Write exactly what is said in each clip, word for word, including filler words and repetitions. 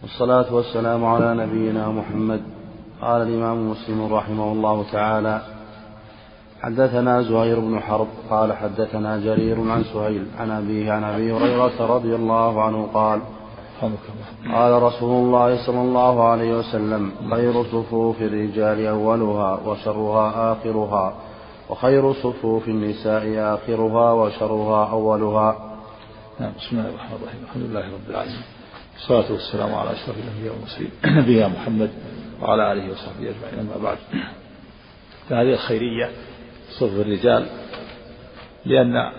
والصلاة والسلام على نبينا محمد. قال الإمام مسلم رحمه الله تعالى: حدثنا زهير بن حرب قال حدثنا جرير عن سهيل عن أبيه عن أبي هريرة رضي الله عنه قال: قال رسول الله صلى الله عليه وسلم: خير صفوف الرجال أولها وشرها آخرها، وخير صفوف النساء آخرها وشرها أولها. بسم الله الرحمن الرحيم. الحمد لله رب العالمين، والصلاة والسلام على أشرف الأنبياء والمرسلين نبينا محمد وعلى آله وصحبه أجمعين، أما بعد. فهذه الخيرية صفوف الرجال، لأن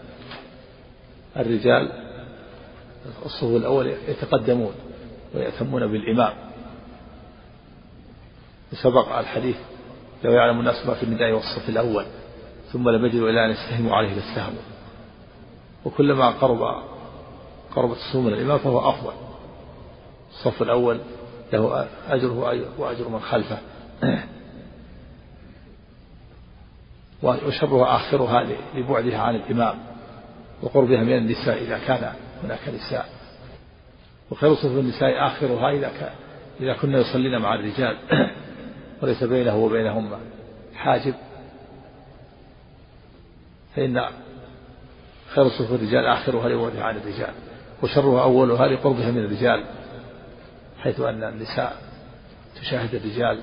الرجال الصفوف الأول يتقدمون ويأتمون بالإمام. سبق الحديث: لو يعلم الناس ما في النداء والصف الأول ثم لم يجدوا إلا أن يستهموا عليه لاستهموا. وكلما قرب قربت الصفوف من الإمام فهو أفضل. الصف الأول له أجره وأجر من خلفه، وشرها آخرها لبعدها عن الإمام وقربها من النساء إذا كان هناك نساء، وخير صفوف النساء آخرها إذا كان إذا كنا يصلين مع الرجال وليس بينه وبينهما حاجب، فإن خير صفوف الرجال آخرها لبعدها عن الرجال، وشرها أولها لقربها من الرجال، حيث أن النساء تشاهد الرجال.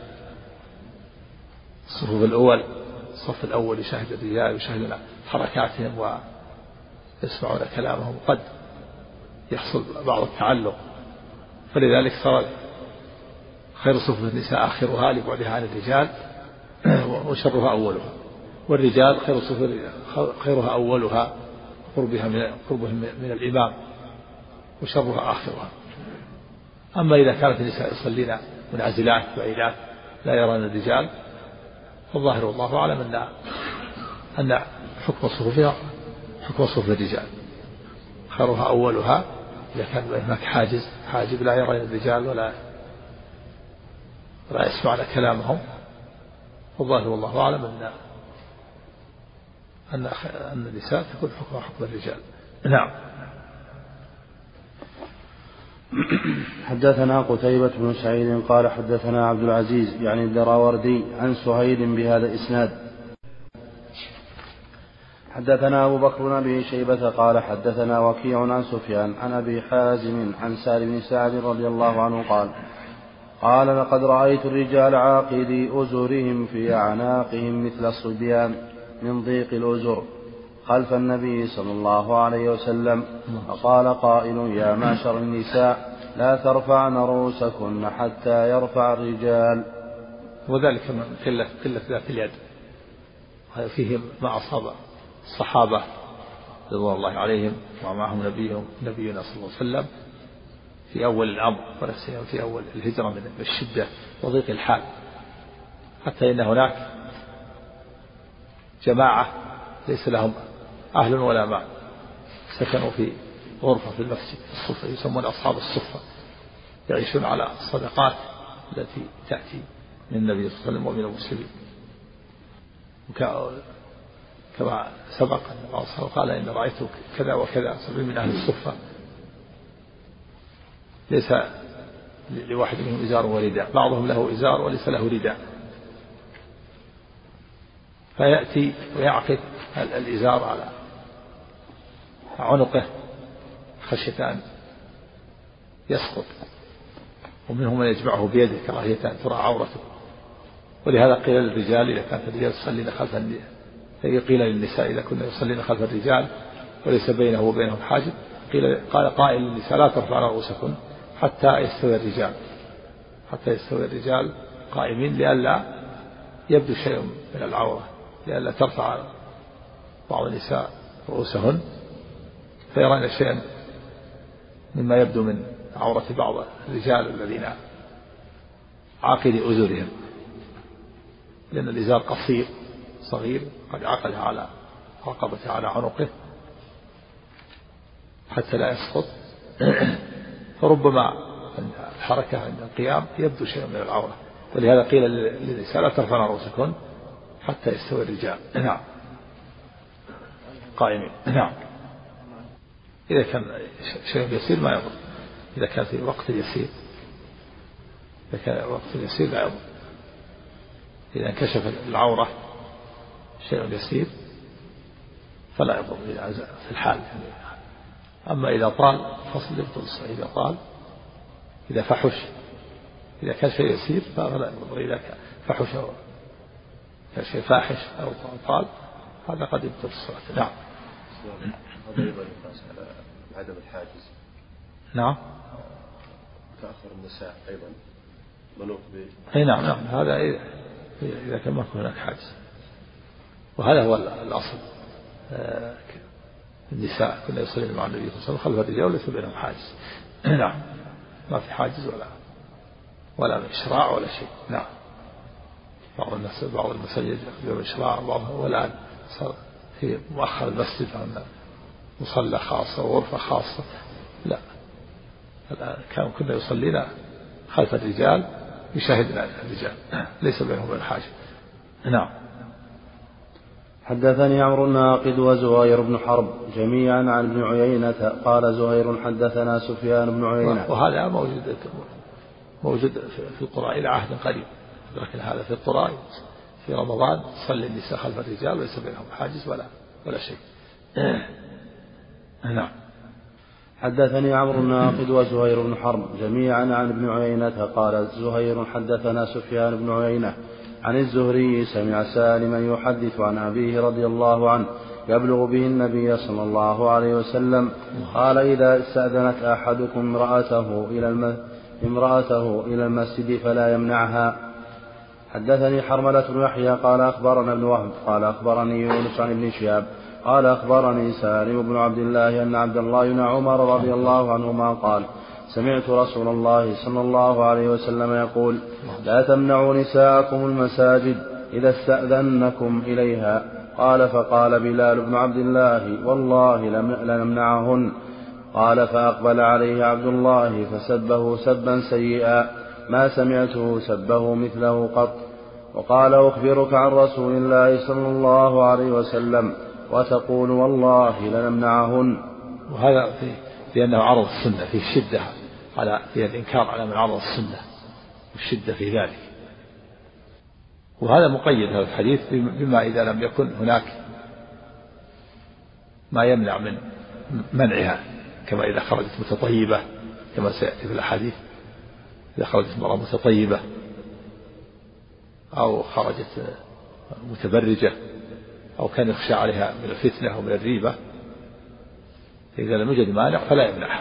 الصفوف الأول الصف الأول يشاهد الرجال ويشاهدون حركاتهم ويسمعون كلامهم، وقد يحصل بعض التعلق، فلذلك صار خير صفوف النساء آخرها لبعدها عن الرجال وشرها أولها، والرجال خير صفوف خيرها أولها قربها من قربهم من الإمام وشرها آخرها. أما إذا كانت النساء يصلين منعزلات بعيدات لا يرون الرجال، فالظاهر والله أعلم أن أن حكم صفوفها حكم صفوف الرجال، خيرها أولها إذا كان هناك حاجز حاجب لا يرون الرجال ولا ولا يسمعون كلامهم، فالظاهر والله أعلم أن أن أن النساء تكون حكمها حكم الرجال. نعم. حدثنا قتيبة بن سعيد قال حدثنا عبد العزيز يعني الدراوردي عن سهيل بهذا الإسناد. حدثنا أبو بكر بن أبي شيبة قال حدثنا وكيع عن سفيان عن أبي حازم عن سهل بن سعد رضي الله عنه قال: قال: لقد رأيت الرجال عاقدي أزرهم في أعناقهم مثل الصبيان من ضيق الأزر خلف النبي صلى الله عليه وسلم، فقال قائل: يا معشر النساء لا ترفعن رؤوسكن حتى يرفع الرجال. وذلك من قلة قلة ذات اليد، وهذا فيه ما أصاب الصحابة رضوان الله عليهم ومعهم نبيهم نبينا صلى الله عليه وسلم في أول الأمر ونفسه في أول الهجرة من الشدة وضيق الحال، حتى إن هناك جماعة ليس لهم أهل ولا مال سكنوا في غرفة في المسجد الصفة، يسمون أصحاب الصفة، يعيشون على الصدقات التي تأتي من النبي صلى الله عليه وسلم ومن المسلمين. كما سبق أن الله قال: إن رأيت كذا وكذا سبعين من أهل الصفة ليس لواحد منهم إزار ورداء، بعضهم له إزار وليس له رداء، فيأتي ويعقد الإزار على عنقه خشية أن يسقط، ومنهم من يجمعه بيده كراهية أن ترى عورته. ولهذا قيل للرجال إذا كانت الرجال يصلين خلف النساء، قيل للنساء إذا كنا يصلين خلف الرجال وليس بينه وبينهم حاجب، قيل قال قائل للنساء: لا ترفعن رؤوسكن حتى يستوي الرجال حتى يستوي الرجال قائمين، لئلا يبدو شيء من العورة، لئلا ترفع بعض النساء رؤوسهن فيرون شيئا مما يبدو من عورة بعض الرجال الذين عاقد أزرهم، لأن الإزار قصير صغير قد عقدها على رقبته على عنقه حتى لا يسقط، فربما عند الحركة عند القيام يبدو شيء من العورة، ولهذا قيل للنساء: لا ترفعن رؤوسكن حتى يستوي الرجال. نعم. قائمين. نعم. إذا كان شيء يسير ما يضر، إذا كان في وقت يسير إذا كان وقت يسير لا يضر. إذا انكشف العورة شيء يسير فلا يضر في الحال. أما إذا طال فصل يبطل الصلاة. إذا طال إذا فحش إذا كان شيء يسير فلا يضر. إذا فحش كان شيء فاحش أو طال هذا قد يبطل الصلاة. نعم. هذا أيضا يقاس على عدم الحاجز. نعم. تأخر النساء أيضا منوط به. أي نعم نعم هذا إذا كان ما يكون هناك حاجز. وهذا هو الأصل. النساء كنا يصلين مع النبي صلى الله عليه وسلم خلف الرجال وليس بينهم حاجز. نعم ما في حاجز ولا ولا إشراع ولا شيء. نعم. بعض الناس بعض المساجد يقدرون إشراع بعضها والآن صار في مؤخر المسجد عندنا مصلى خاصة وغرفة خاصة. لا الآن كانوا كنا يصلينا خلف الرجال يشاهدنا الرجال ليس بينهم وبين حاجة. نعم. حدثني عمرو الناقد وزهير بن حرب جميعا عن ابن عيينة قال زهير حدثنا سفيان بن عيينة. وهذا موجود موجود في القراء إلى عهد قريب. لكن هذا في القراء في رمضان تصلي النساء خلف الرجال وليس بينهم حاجز ولا ولا شيء. نعم. حدثني عمرو الناقد وزهير بن حرب جميعا عن ابن عيينة قال زهير حدثنا سفيان بن عيينة عن الزهري سمع سالما يحدث عن أبيه رضي الله عنه يبلغ به النبي صلى الله عليه وسلم قال إذا استأذنت أحدكم امرأته إلى الم... امرأته إلى المسجد فلا يمنعها. حدثني حرملة بن يحيى قال أخبرنا ابن وهب قال أخبرني يونس عن ابن شهاب قال أخبرني سالم بن عبد الله أن عبد الله بن عمر رضي الله عنهما قال سمعت رسول الله صلى الله عليه وسلم يقول لا تمنعوا نساءكم المساجد إذا استأذنكم إليها. قال فقال بلال بن عبد الله والله لنمنعهن. قال فأقبل عليه عبد الله فسبه سبا سيئا ما سمعته سبه مثله قط. وقال أخبرك عن رسول الله صلى الله عليه وسلم وتقول والله لنمنعهن. وهذا في لأنه عرض السنة فيه شدة على فيه الإنكار على من عرض السنة والشدة في ذلك. وهذا مقيد هذا الحديث بما إذا لم يكن هناك ما يمنع من منعها كما إذا خرجت متطيبة كما سيأتي في الأحاديث. إذا خرجت امرأة متطيبة أو خرجت متبرجة أو كان يخشى عليها من الفتنة أو من الريبة إذا لم يوجد مانع فلا يمنعها.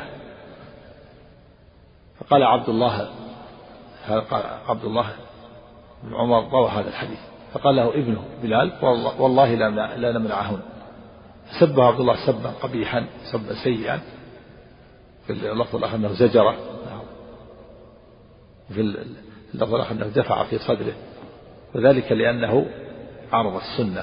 فقال عبد الله قال عبد الله بن عمر روى هذا الحديث فقال له ابنه بلال والله لا نمنعهن. سبه عبد الله سبا قبيحا سبا سيئا في اللفظ الآخر أنه زجره في اللفظ الآخر أنه دفع في صدره وذلك لأنه عرض السنة.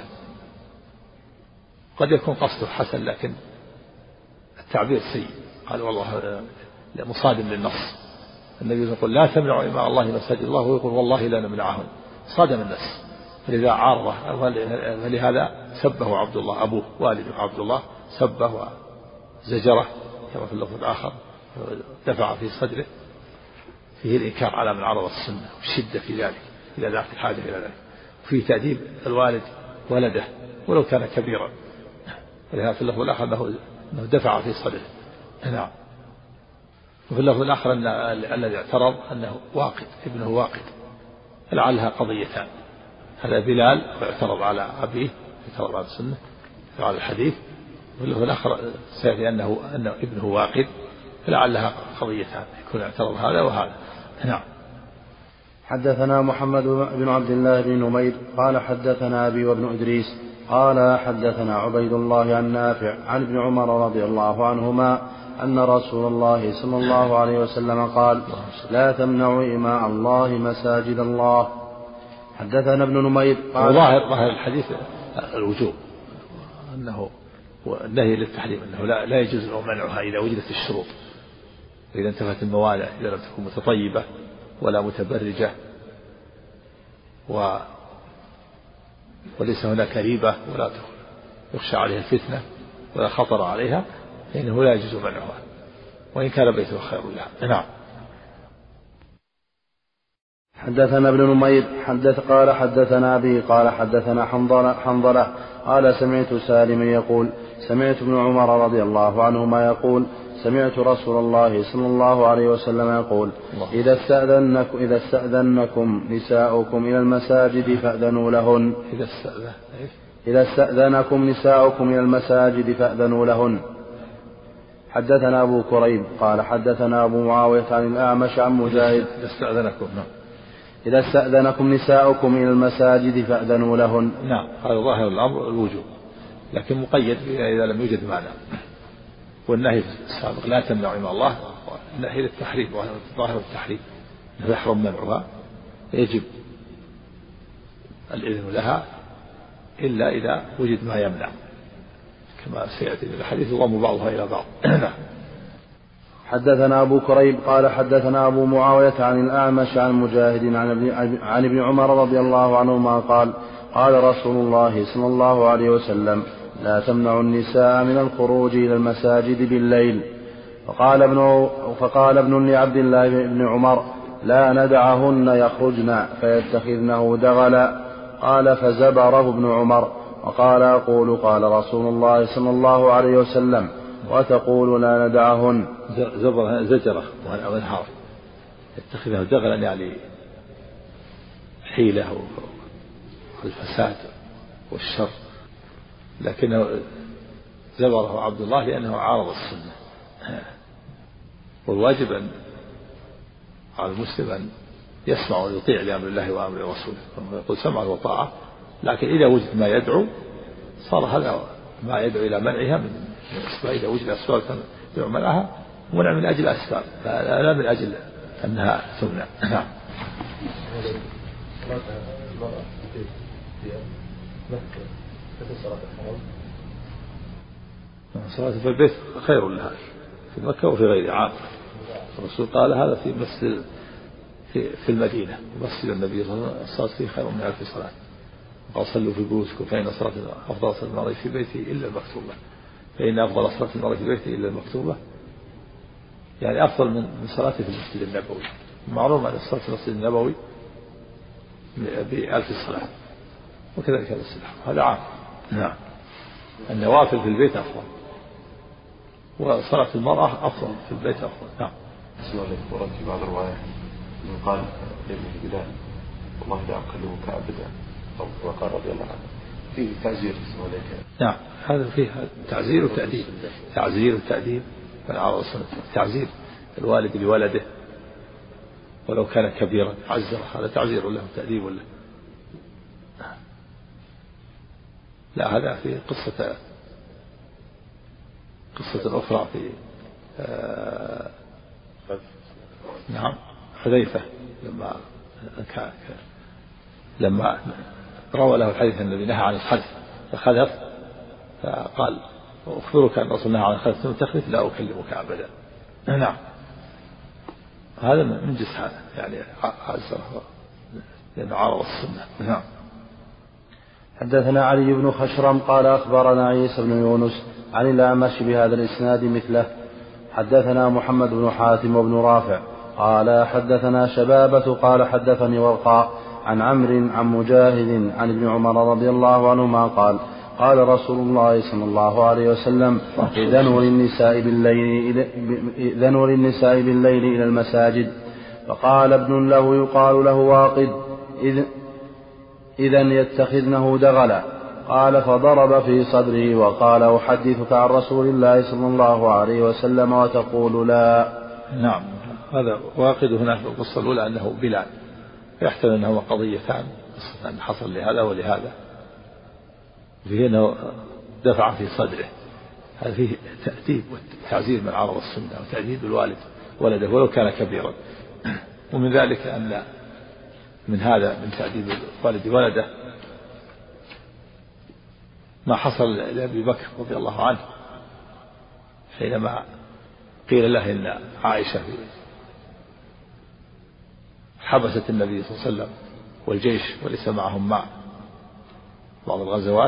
قد يكون قصده حسن لكن التعبير سيء. قال والله مصادم للنص. النبي يقول لا تمنعوا إماء الله مساجد الله ويقول والله لا نمنعهن صادم النص. فلذا عارضه فلهذا سبه عبد الله أبوه والده عبد الله سبه وزجره كما في اللفظ الآخر دفع في صدره فيه الإنكار على من عرض السنة والشدة في ذلك إلى ذات الحاجة إلى ذلك. وفيه تأديب الوالد ولده ولو كان كبيرا. ولهذا في اللفظ الآخر أنه دفع في صدره. نعم. وفي اللفظ الآخر أن الذي اعترض أنه واقد ابنه واقد لعلها قضيتان. هذا بلال واعترض على أبيه اعترض على السنة على الحديث. وفي اللفظ الآخر سيأتي أنه أنه ابنه واقد فلعلها قضيتان يكون اعترض هذا وهذا. نعم. حدثنا محمد بن عبد الله بن نمير قال حدثنا أبي وابن إدريس قال حدثنا عبيد الله عن نافع عن ابن عمر رضي الله عنهما أن رسول الله صلى الله عليه وسلم قال لا تمنعوا إماء الله مساجد الله. حدثنا ابن نمير قال ظاهر ظاهر الحديث الوجوب أنه والنهي للتحريم أنه لا, لا يجوز له منعها إذا وجدت الشروط وإذا انتفت الموانع إذا لم تكن متطيبة ولا متبرجة و وليس هناك ريبة ولا يخشى عليها الفتنة ولا خطر عليها فإنه لا يجوز منعها وإن كان بيته خير لها. نعم. حدثنا ابن نمير حدث قال حدثنا أبي قال حدثنا حنظلة, حنظلة قال سمعت سالما يقول سمعت ابن عمر رضي الله عنهما يقول سمعت رسول الله صلى الله عليه وسلم يقول إذا استأذنكم, إذا استأذنكم نساؤكم إلى المساجد فأذنوا لهن إذا استأذن إذا استأذنكم نساؤكم إلى المساجد فأذنوا لهن. حدثنا أبو كريب قال حدثنا أبو معاوية عن الأعمش عن مجاهد إذا استأذنكم نعم إذا استأذنكم نساؤكم إلى المساجد فأذنوا لهن. نعم هذا ظاهر الأمر الوجوب لكن مقيد إذا لم يوجد مانع. والنهي السابق لا تمنعوا إماء الله النهي للتحريم ظاهر التحريم يحرم منعها يجب الإذن لها إلا إذا وجد ما يمنع كما سيأتي من الحديث يضم بعضها إلى بعض. حدثنا أبو كريب قال حدثنا أبو معاوية عن الأعمش عن مجاهد عن ابن, عن ابن عمر رضي الله عنهما قال قال رسول الله صلى الله عليه وسلم لا تمنعوا النساء من الخروج إلى المساجد بالليل. فقال ابن, فقال ابن لعبد الله بن عمر لا ندعهن يخرجن فيتخذنه دغلا. قال فزبره ابن عمر وقال أقول قال رسول الله صلى الله عليه وسلم وتقول لا ندعهن. زبره زجره وانحرف يتخذه دغلا يعني حيلة والفساد والشر لكنه زبره عبد الله لأنه عارض السنة. والواجب أن على المسلم أن يسمع ويطيع لأمر الله وأمر رسوله ويقول سمعا وطاعة لكن إذا وجد ما يدعو صار هذا ما يدعو إلى منعها من الأسباب. إذا وجد أسباب يدعو منعها منع من أجل أسباب لا من أجل أنها تمنع. نعم. صلاة في البيت خير لها في مكة وفي غيرها عام. الرسول قال هذا في مسجد في, في المدينة مسجد النبي صلى الله عليه وسلم الصلاة فيه خير من ألف صلاة. قال صلوا في بيوتكم فإن صلاة أفضل صلاة المرء في بيته إلا المكتوبة فإن أفضل صلاة المرء في بيته إلا المكتوبة يعني أفضل من صلاته في المسجد النبوي. معلوم أن الصلاة في المسجد النبوي بألف صلاة وكذلك هذا السلاح هذا عام. نعم. النوافل في البيت أفضل وصلاة المرأة أفضل في البيت أفضل. نعم. سؤال ورد في بعض الروايات من قال لابن بلال والله لا أقلبك أبدا أو وقال رضي الله عنه فيه تعزير. نعم هذا فيه تعزير وتأديب تعزير وتأديب من عرض السنة. تعزير الوالد لولده ولو كان كبيرا عزره هذا تعزير له وتأديب له. لا هذا في قصة قصة أخرى في آه نعم حذيفة لما لما روى له الحديث الذي نهى عن الخلف فخلف فقال أخبرك أن رسول الله عن الخلف ثم تخلف لا أكلمك أبدا. نعم هذا من جنس هذا يعني عزره لأنه عارض السنة. نعم. حدثنا علي بن خشرم قال أخبرنا عيسى بن يونس عن الأعمش بهذا الإسناد مثله. حدثنا محمد بن حاتم وابن رافع قال حدثنا شبابة قال حدثني ورقاء عن عمرو عن مجاهد عن ابن عمر رضي الله عنهما قال قال رسول الله صلى الله عليه وسلم إذنوا للنساء بالليل إذنوا للنساء بالليل إلى المساجد. فقال ابن له يقال له واقد إذن يتخذنه دغلا. قال فضرب في صدره وقال أحدثك عن رسول الله صلى الله عليه وسلم وتقول لا. نعم هذا واقد هنا في القصة الأولى أنه بلال يحتمل أنهما قضيتان أن حصل لهذا ولهذا فيه أنه دفع في صدره هذا فيه تأديب والتعزير من عرض السنة وتأديب الوالد ولده ولو كان كبيرا. ومن ذلك أن من هذا من تأديب الوالد ولده ما حصل لأبي بكر رضي الله عنه حينما قيل له إن عائشة حبست النبي صلى الله عليه وسلم والجيش وليس معهم ماء بعض الغزوات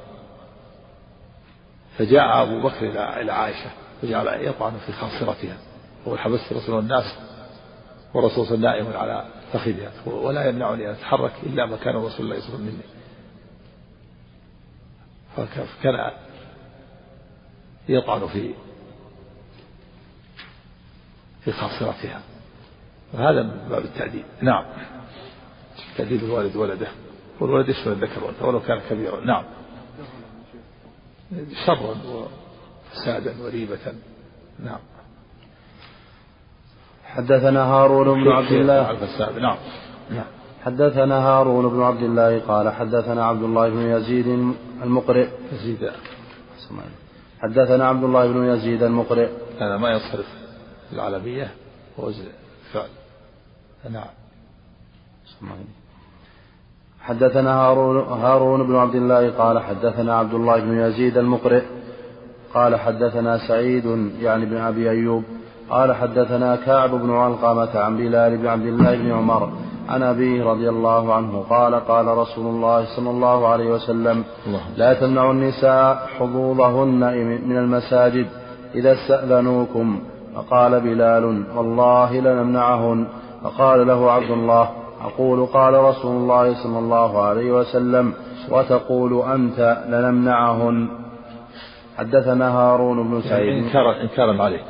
فجاء أبو بكر إلى عائشة وجعل يطعن في خاصرتها هو حبست رسول الناس والرسول نائم على فخذها ولا يمنعني أن أتحرك إلا ما كان رسول الله يصدر مني. فكان يطعن في في خاصرتها، وهذا من باب التأديب. نعم، تأديب الوالد ولده، والولد يشمل الذكر والأنثى ولو كان كبيرا. نعم، شرا وفسادا وريبة. نعم. حدثنا هارون بن عبد الله. نعم. حدثنا هارون بن عبد الله قال حدثنا عبد الله بن يزيد المقرئ. يزيد. حدثنا عبد الله بن يزيد المقرئ. هذا ما يصرف العلمية ووزن فعل. نعم. حدثنا هارون, هارون بن عبد الله قال حدثنا عبد الله بن يزيد المقرئ قال حدثنا سعيد يعني بن أبي أيوب قال حدثنا كعب بن علقمة عن بلال بن عبد الله بن عمر عن أبيه رضي الله عنه قال قال رسول الله صلى الله عليه وسلم لا تمنعوا النساء حظوظهن من المساجد إذا استأذنوكم. فقال بلال والله لنمنعهن. فقال له عبد الله أقول قال رسول الله صلى الله عليه وسلم وتقول أنت لنمنعهن. حدثنا هارون بن سعيد إنكارا إنكارا عليه.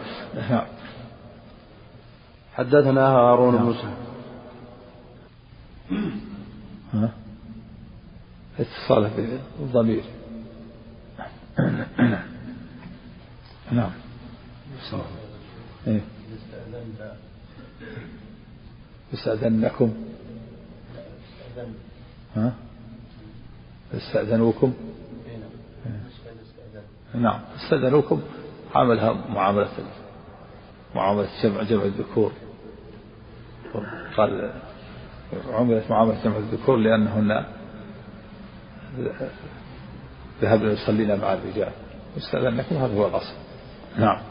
حدثنا هارون بن سعيد اتصاله بالضمير. نعم. إيه. استأذنكم. ها؟ استأذنوكم. نعم. استأذنوكم عاملها معاملة معاملة جمع جمع الذكور. قال عملت معاملة جمع الذكور لأنهن ذهبنا يصلينا مع الرجال. استأذنكم هذا هو الأصل. نعم.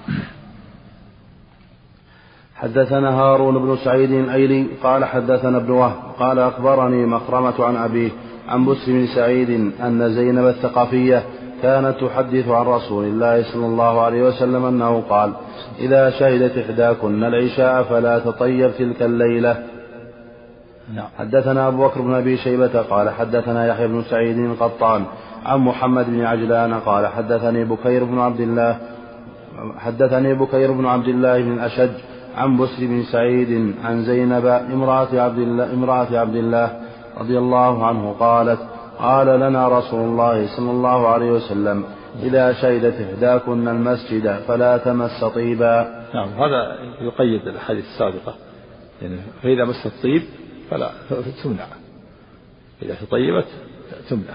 حدثنا هارون بن سعيد الأيلي قال حدثنا ابن وهب قال أخبرني مخرمة عن أبيه عن بسر بن سعيد أن زينب الثقفية كانت تحدث عن رسول الله صلى الله عليه وسلم أنه قال إذا شهدت إحداكن العشاء فلا تطيب تلك الليلة. حدثنا أبو بكر بن أبي شيبة قال حدثنا يحيى بن سعيد القطان عن محمد بن عجلان قال حدثني بكير بن عبد الله حدثني بكير بن عبد الله بن الأشج عن بسر بن سعيد عن زينب امرأة عبد الله, امرأة عبد الله رضي الله عنه قالت قال لنا رسول الله صلى الله عليه وسلم إذا شهدت إحداكن المسجد فلا تمس طيبا. نعم، هذا يقيد الحديث السابقة يعني فإذا مس الطيب فلا تمنع، إذا تطيبت تمنع،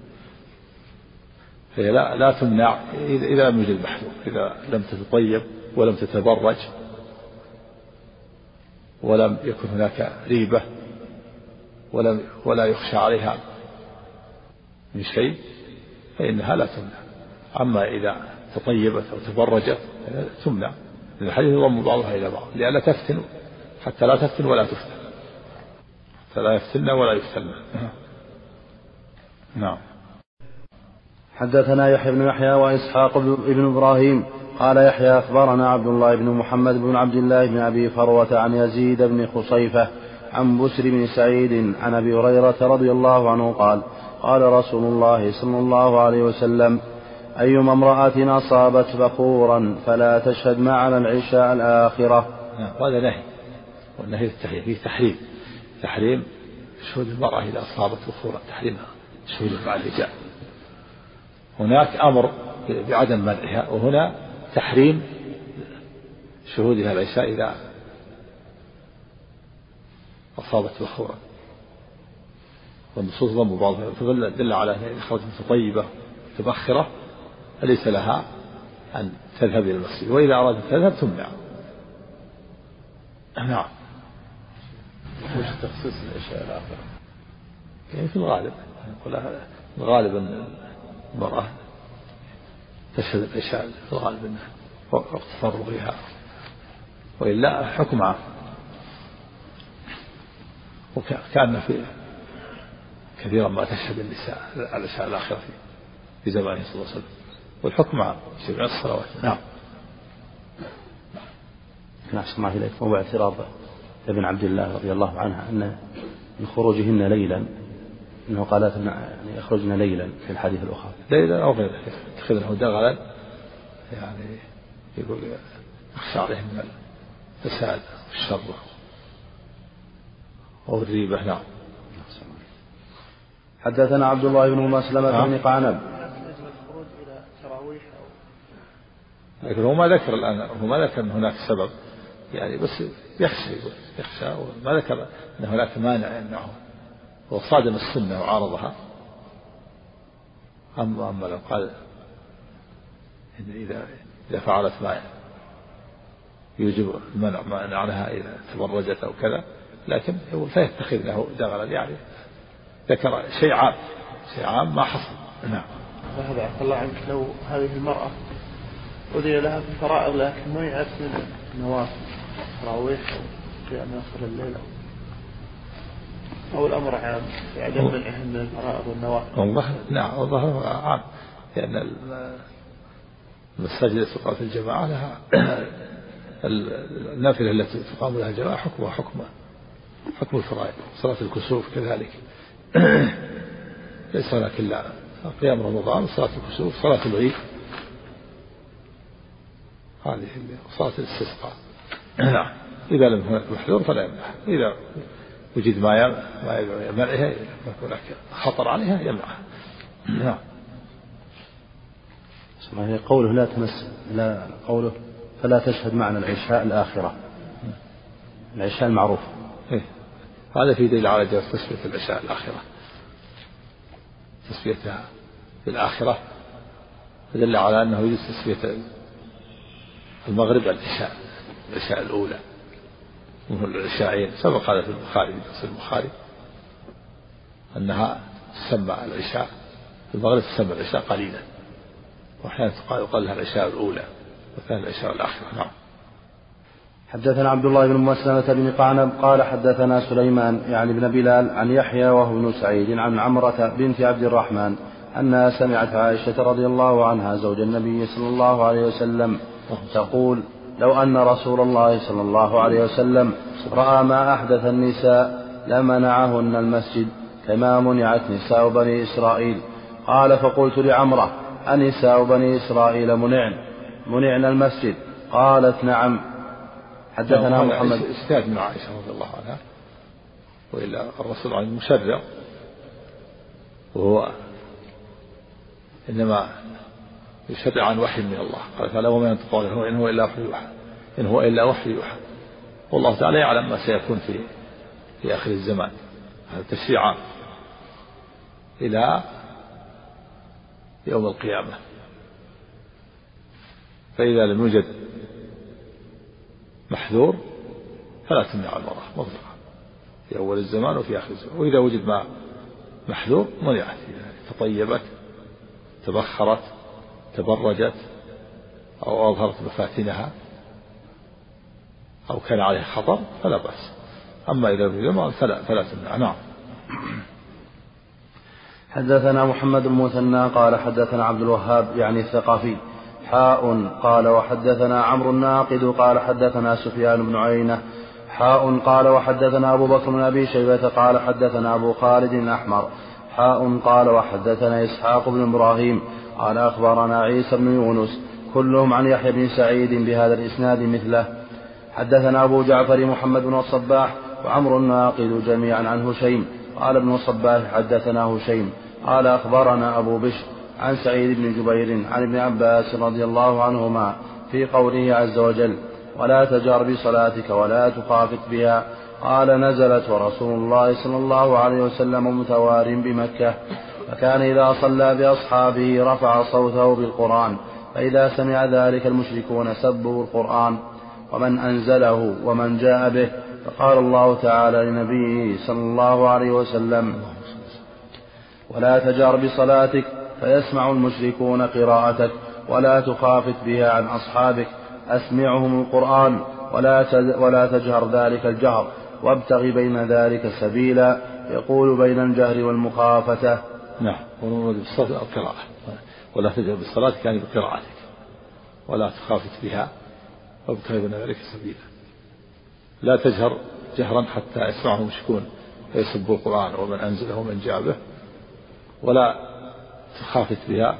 فهي لا, لا تمنع إذا لم يوجد محذور، إذا لم تتطيب ولم تتبرج ولم يكن هناك ريبة ولم ولا يخشى عليها من شيء فإنها لا تمنع. أما إذا تطيبت أو تبرجت تمنع، لأن الحديث يضم بعضها إلى بعض لئلا تفتن، حتى لا تفتن ولا تفتن، حتى لا يفتن ولا يفتن. نعم. حدثنا يحيى بن يحيى وإسحاق بن إبراهيم قال يحيى أخبرنا عبد الله بن محمد بن عبد الله بن أبي فروة عن يزيد بن خصيفة عن بسر بن سعيد عن أبي هريرة رضي الله عنه قال قال رسول الله صلى الله عليه وسلم أيما امرأة أصابت بخورا فلا تشهد معنا العشاء الآخرة. هذا نهي، والنهي فيه تحريم تحريم شهود المرأة إذا أصابت بخورا، تحريمها شهود مع الرجال. هناك أمر بعدم منعها، وهنا تحريم شهودها العشاء إذا أصابت بخورا، والنصوص ضم بعضها فدل على أن خرجت متطيبة متبخرة فليس لها أن تذهب إلى المسجد، وإذا أرادت تذهب تمنع. نعم. وش تخصيص العشاء الآخرة؟ يعني في الغالب الغالب أن المرأة تشهد العشاء في الغالب أنه وقت تفرغها، وإلا حكم عام. وكان في كثيرا ما تشهد النساء العشاء الآخرة في زمانه صلى الله عليه وسلم، والحكم عام في جميع الصلوات. نعم. نحسن الله إليك. هو اعتراض ابن عبد الله رضي الله عنها أن من خروجهن ليلا أنه قالت يعني يخرجن ليلا في الحديث الأخرى ليلا أو غيره يتخذنه دغلا يعني يقول يخشى عليهم من الفساد والشر والريبة. نعم. حدثنا عبد الله بن مسلمة بن قعنب. لكن هو ما ذكر الآن هو ما ذكر أن هناك سبب يعني بس يخشى يقول يخشى وما ذكر أن هناك مانع أنه هو صادم السنة وعارضها. أما أما لو قال إن إذا إذا فعلت ما يوجب المنع ما عنها إذا تبرجت أو كذا لكن يقول فيتخذ له دغلا يعني ذكر شيء عام شيء عام ما حصل. نعم. فهذا عفى الله عنك لو هذه المرأة أذن لها في الفرائض لكن ما يعرف من النوافل تراويح أو قيام آخر الليل أو الأمر عام في عدم منعهم من الفرائض والنوافل. والله نعم والله عام لأن المساجد التي تقام في الجماعة لها النافلة التي تقام لها الجماعة حكمها حكم حكم الفرائض. صلاة الكسوف كذلك ليس هناك إلا قيام رمضان صلاة الكسوف صلاة العيد هذه صلاة الاستسقاء. نعم. إذا لم هناك محذور فلا يمنع إذا وجد ما ما يمنعها هناك خطر عليها يمنعها. نعم. هي قوله لا تمس لا قوله فلا تشهد معنا العشاء الآخرة العشاء المعروف. إيه؟ هذا في دليل على جواز تسمية العشاء الآخرة تسميتها في الآخرة دل على أنه يجوز تسمية المغرب العشاء العشاء الأولى وهو العشاءين سبق هذا في البخاري في البخاري أنها تسمى العشاء في المغرب تسمى العشاء قليلا وأحيانا يقال لها العشاء الأولى وثاني العشاء الآخرة. نعم. حدثنا عبد الله بن مسلمة بن قعنب قال حدثنا سليمان يعني بن بلال عن يحيى وهو بن سعيد عن عمرة بنت عبد الرحمن أنها سمعت عائشة رضي الله عنها زوج النبي صلى الله عليه وسلم تقول لو أن رسول الله صلى الله عليه وسلم رأى ما أحدث النساء لمنعهن المسجد كما منعت نساء بني إسرائيل. قال فقلت لعمرة أنساء بني إسرائيل منعن منعن المسجد؟ قالت نعم. حدثنا محمد استاذ من عائشة رضي الله عنها وإلا الرسول عن المشرع وهو إنما يشرع عن وحي من الله. قال فلا وما ينطق عنه إن هو إلا وحي يوحى إن هو إلا وحي يوحى والله تعالى يعلم ما سيكون في في آخر الزمان. هذا تشريع إلى يوم القيامة. فإذا لم يوجد محذور فلا تمنع المرأة مطلقا في أول الزمان وفي آخر الزمان. وإذا وجد ما محذور منعت تطيبت تبخرت تبرجت أو أظهرت مفاتنها أو كان عليه خطر فلا بأس. أما إذا وجد فلا فلا تمنع. نعم. حدثنا محمد بن المثنى قال حدثنا عبد الوهاب يعني الثقفي حاء قال وحدثنا عمرو الناقد قال حدثنا سفيان بن عيينة حاء قال وحدثنا أبو بكر بن أبي شيبة قال حدثنا أبو خالد الأحمر حاء قال وحدثنا إسحاق بن إبراهيم قال أخبرنا عيسى بن يونس كلهم عن يحيى بن سعيد بهذا الإسناد مثله. حدثنا أبو جعفر محمد بن الصباح وعمرو الناقد جميعا عن هشيم قال ابن الصباح حدثنا هشيم قال أخبرنا أبو بشر عن سعيد بن جبير عن ابن عباس رضي الله عنهما في قوله عز وجل ولا تجهر بصلاتك ولا تخافت بها قال نزلت ورسول الله صلى الله عليه وسلم متوار بمكة فكان إذا صلى بأصحابه رفع صوته بالقرآن فإذا سمع ذلك المشركون سبوا القرآن ومن أنزله ومن جاء به فقال الله تعالى لنبيه صلى الله عليه وسلم ولا تجهر بصلاتك فيسمع المشركون قراءتك ولا تخافت بها عن أصحابك أسمعهم القرآن ولا ولا تجهر ذلك الجهر وابتغ بين ذلك سبيلا يقول بين الجهر والمخافة. نعم. بالصلاة القراءة ولا تجهر بالصلاة يعني بقراءتك ولا تخافت بها وابتغ بين ذلك سبيلا. لا تجهر جهرا حتى يسمعه المشركون فيسبوا القرآن ومن أنزله ومن جاء به، ولا تخافت بها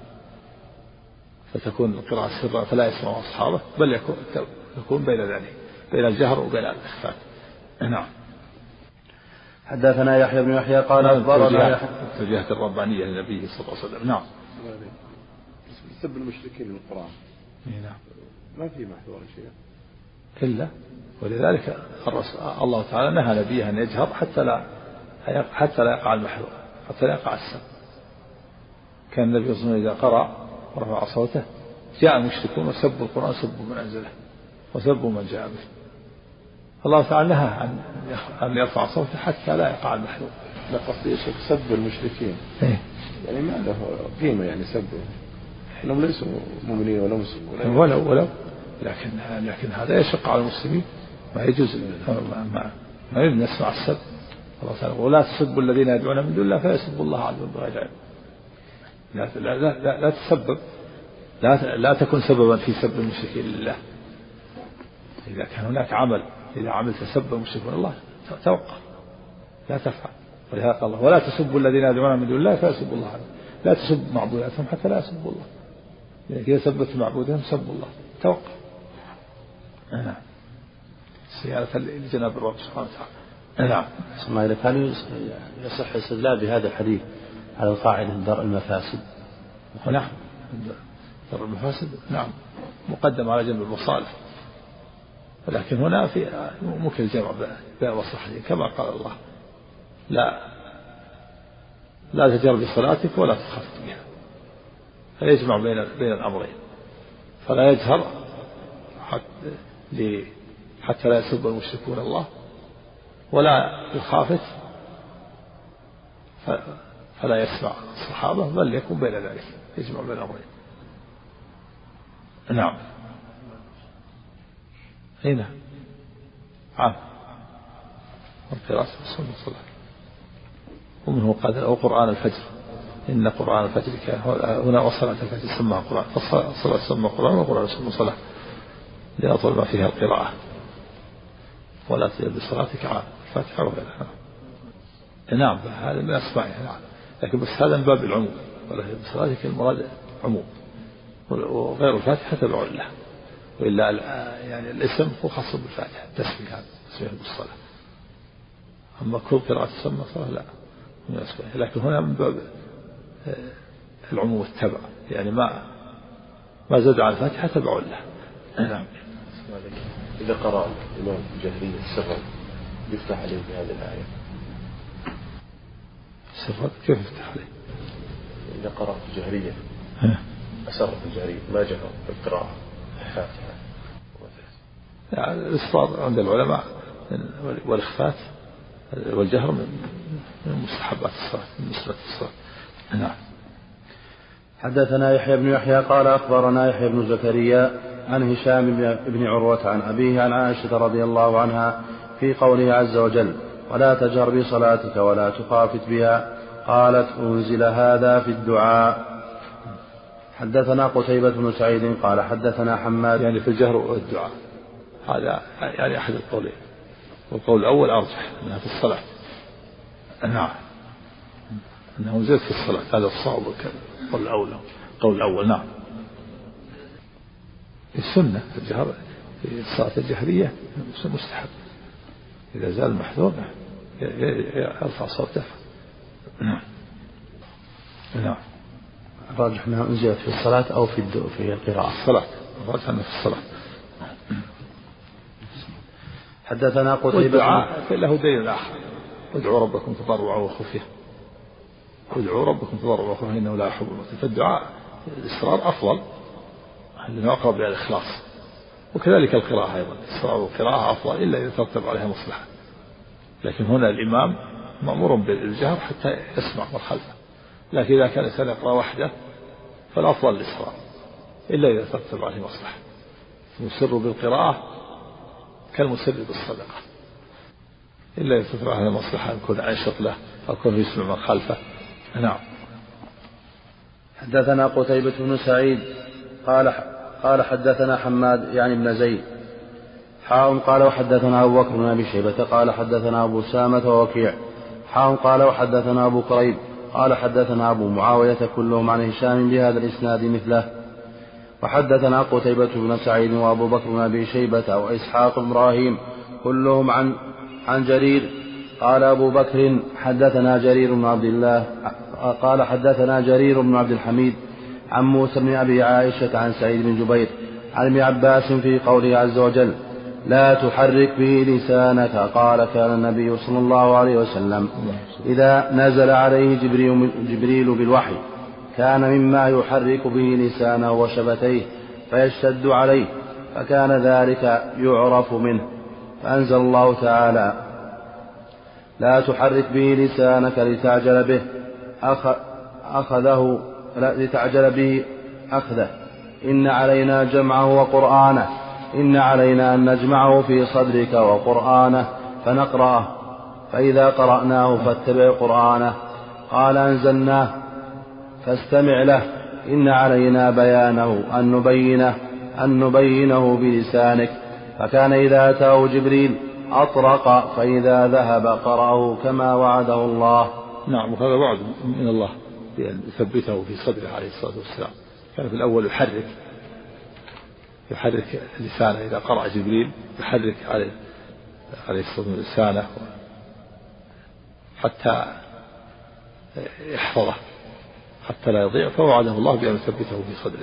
فتكون القراءة سرا فلا يسمع أصحابه، بل يكون يكون بين ذلك بين الجهر وبين الإخفاء. نعم. حدثنا يحيى بن يحيى قال أخبرنا التوجيهات الربانية للنبي صلى الله عليه وسلم. نعم. سب المشركين للقرآن. نعم. ما في محذور شيء. إلا ولذلك الله تعالى نهى نبيه أن يجهر حتى لا حتى لا يقع المحذور، حتى لا يقع السب. كان النبي صلى الله عليه وسلم إذا قرأ ورفع صوته جاء المشركون وسبوا القرآن سبوا من أنزله وسبوا من جاء به. الله تعالى نهى عن أن يرفع صوته حتى لا يقع المحذور. لا قصدي شيخ سب المشركين إيه؟ يعني ما له قيمة، يعني سبوا إنهم ليسوا مؤمنين ولا مسلمين ولو ولو لكن لكن هذا يشق على المسلمين، ما يجوز ما ما يجوز نسمع السب. الله تعالى ولا تسبوا الذين يدعون من دون الله فيسبوا الله عدوا بغير علم. لا لا لا, لا, لا تسبب لا لا تكن سببا في سب المشركين لله. إذا كان هناك عمل إذا عملت سب المشركين الله توقف لا تفعل. ولهذا قال الله ولا تسبوا الذين يدعون من دون الله فيسبوا الله عدوا. لا تسب معبوداتهم حتى لا يسبوا الله. إذا سبت معبودهم سبوا الله توقف. نعم. سيارة لجناب الرب سبحانه وتعالى. نعم. اسماعيل هل يصح الاستدلال بهذا الحديث على قاعدة درء المفاسد؟ نعم. درء المفاسد نعم مقدم على جنب المصالح، ولكن هنا في ممكن الجمع بين المصلحتين كما قال الله لا لا تجهر بصلاتك ولا تخافت بها، فيجمع بين بين الأمرين، فلا يجهر حتى حتى لا يسب المشركون الله، ولا يخافت فلا يسمع الصحابة، بل يكون بين ذلك يجمع بين الأمرين. نعم. هنا عام القراءة والصلاة والصلاة. ومنه قال أو قرآن الفجر إن قرآن الفجر كان هنا وصلاة الفجر سماها قرآن، الصلاة سمى قرآن والقرآن سمى صلاة لأطول ما فيها القراءة. ولا تجد بصلاتك عام الفاتحة وغيرها. نعم هذا من أسمائها نعم، لكن بس هذا من باب العموم، ولا تجد بصلاتك المراد عموم، وغير الفاتحة تبع له، وإلا يعني الاسم هو خاص بالفاتحة تسمية هذا تسمية بالصلاة. أما كل قراءة تسمى صلاة لا من أسمائها، لكن هنا من باب العموم والتبع، يعني ما ما زاد عن الفاتحة تبع له. نعم. إذا قرأ الإمام جهريا سرا يفتح عليه بهذه الآية. سرا كيف يفتح عليه؟ إذا قرأ جهريا أسر في الجهرية ما جهر في القراءة الفاتحة. يعني الإصرار عند العلماء والإخفات والجهر من مستحبات الصلاة من مسلة الصلاة. نعم. حدثنا يحيى بن يحيى قال أخبرنا يحيى بن زكريا عن هشام بن عروة عن أبيه عن عائشة رضي الله عنها في قوله عز وجل ولا تجهر بصلاتك ولا تخافت بها قالت أنزل هذا في الدعاء. حدثنا قتيبة بن سعيد قال حدثنا حماد يعني في الجهر والدعاء، هذا يعني أحد القولين، والقول الأول أرجح أنها في الصلاة. نعم أنه نزلت في الصلاة، هذا الصواب القول الأول. القول الأول نعم. السنة في الجهر في الصلاة الجهرية مستحب، إذا زال المحذور يرفع صوته. نعم. نعم. الراجح أنها أنزلت في الصلاة أو في في القراءة. الصلاة الراجح أنها في الصلاة. حدثنا قتيبة والدعاء له دليل آخر ادعوا ربكم تضرعا وخفية، ادعوا ربكم تضرعا وخفية إنه لا يحب المعتدين. فالدعاء الإصرار أفضل لأنه أقرب إلى الإخلاص، وكذلك القراءة أيضا الإصرار والقراءة أفضل إلا إذا ترتب عليها مصلحة، لكن هنا الإمام مأمور بالجهر حتى يسمع من خلفه، لكن إذا كان الإنسان يقرأ وحده فالأفضل الإصرار إلا إذا ترتب عليه مصلحة. المسر بالقراءة كالمسر بالصدقة إلا إذا ترتب عليه مصلحة، يكون أنشط له أو يكون يسمع من خلفه. نعم. حدثنا قتيبة بن سعيد قال قال حدثنا حماد يعني ابن زيد حاء قال وحدثنا أبو بكر بن أبي شيبة قال حدثنا أبو سامة ووكيع حاء قال وحدثنا أبو كريب قال حدثنا أبو معاوية كلهم عن هشام بهذا الإسناد مثله. وحدثنا قتيبة بن سعيد وأبو بكر بن أبي شيبة وإسحاق بن إبراهيم كلهم عن عن جرير قال أبو بكر حدثنا جرير بن عبد الله قال حدثنا جرير بن عبد الحميد عن موسى بن أبي عائشة عن سعيد بن جبير عن ابن عباس في قوله عز وجل لا تحرك به لسانك قال كان النبي صلى الله عليه وسلم إذا نزل عليه جبريل, جبريل بالوحي كان مما يحرك به لسانه وشفتيه فيشتد عليه فكان ذلك يعرف منه فأنزل الله تعالى لا تحرك به لسانك لتعجل به أخذه لتعجل به أخذه إن علينا جمعه وقرآنه إن علينا أن نجمعه في صدرك وقرآنه فنقرأه فإذا قرأناه فاتبع قرآنه قال أنزلناه فاستمع له إن علينا بيانه أن نبينه أن نبينه بلسانك فكان إذا أتاه جبريل أطرق فإذا ذهب قرأه كما وعده الله. نعم وهذا وعد من الله بأن يثبته في صدره عليه الصلاة والسلام. كان في الأول يحرك يحرك لسانه إذا قرأ جبريل يحرك عليه عليه الصلاة والسلام لسانه حتى يحفظه حتى لا يضيع فوعده الله بأن يثبته في صدره.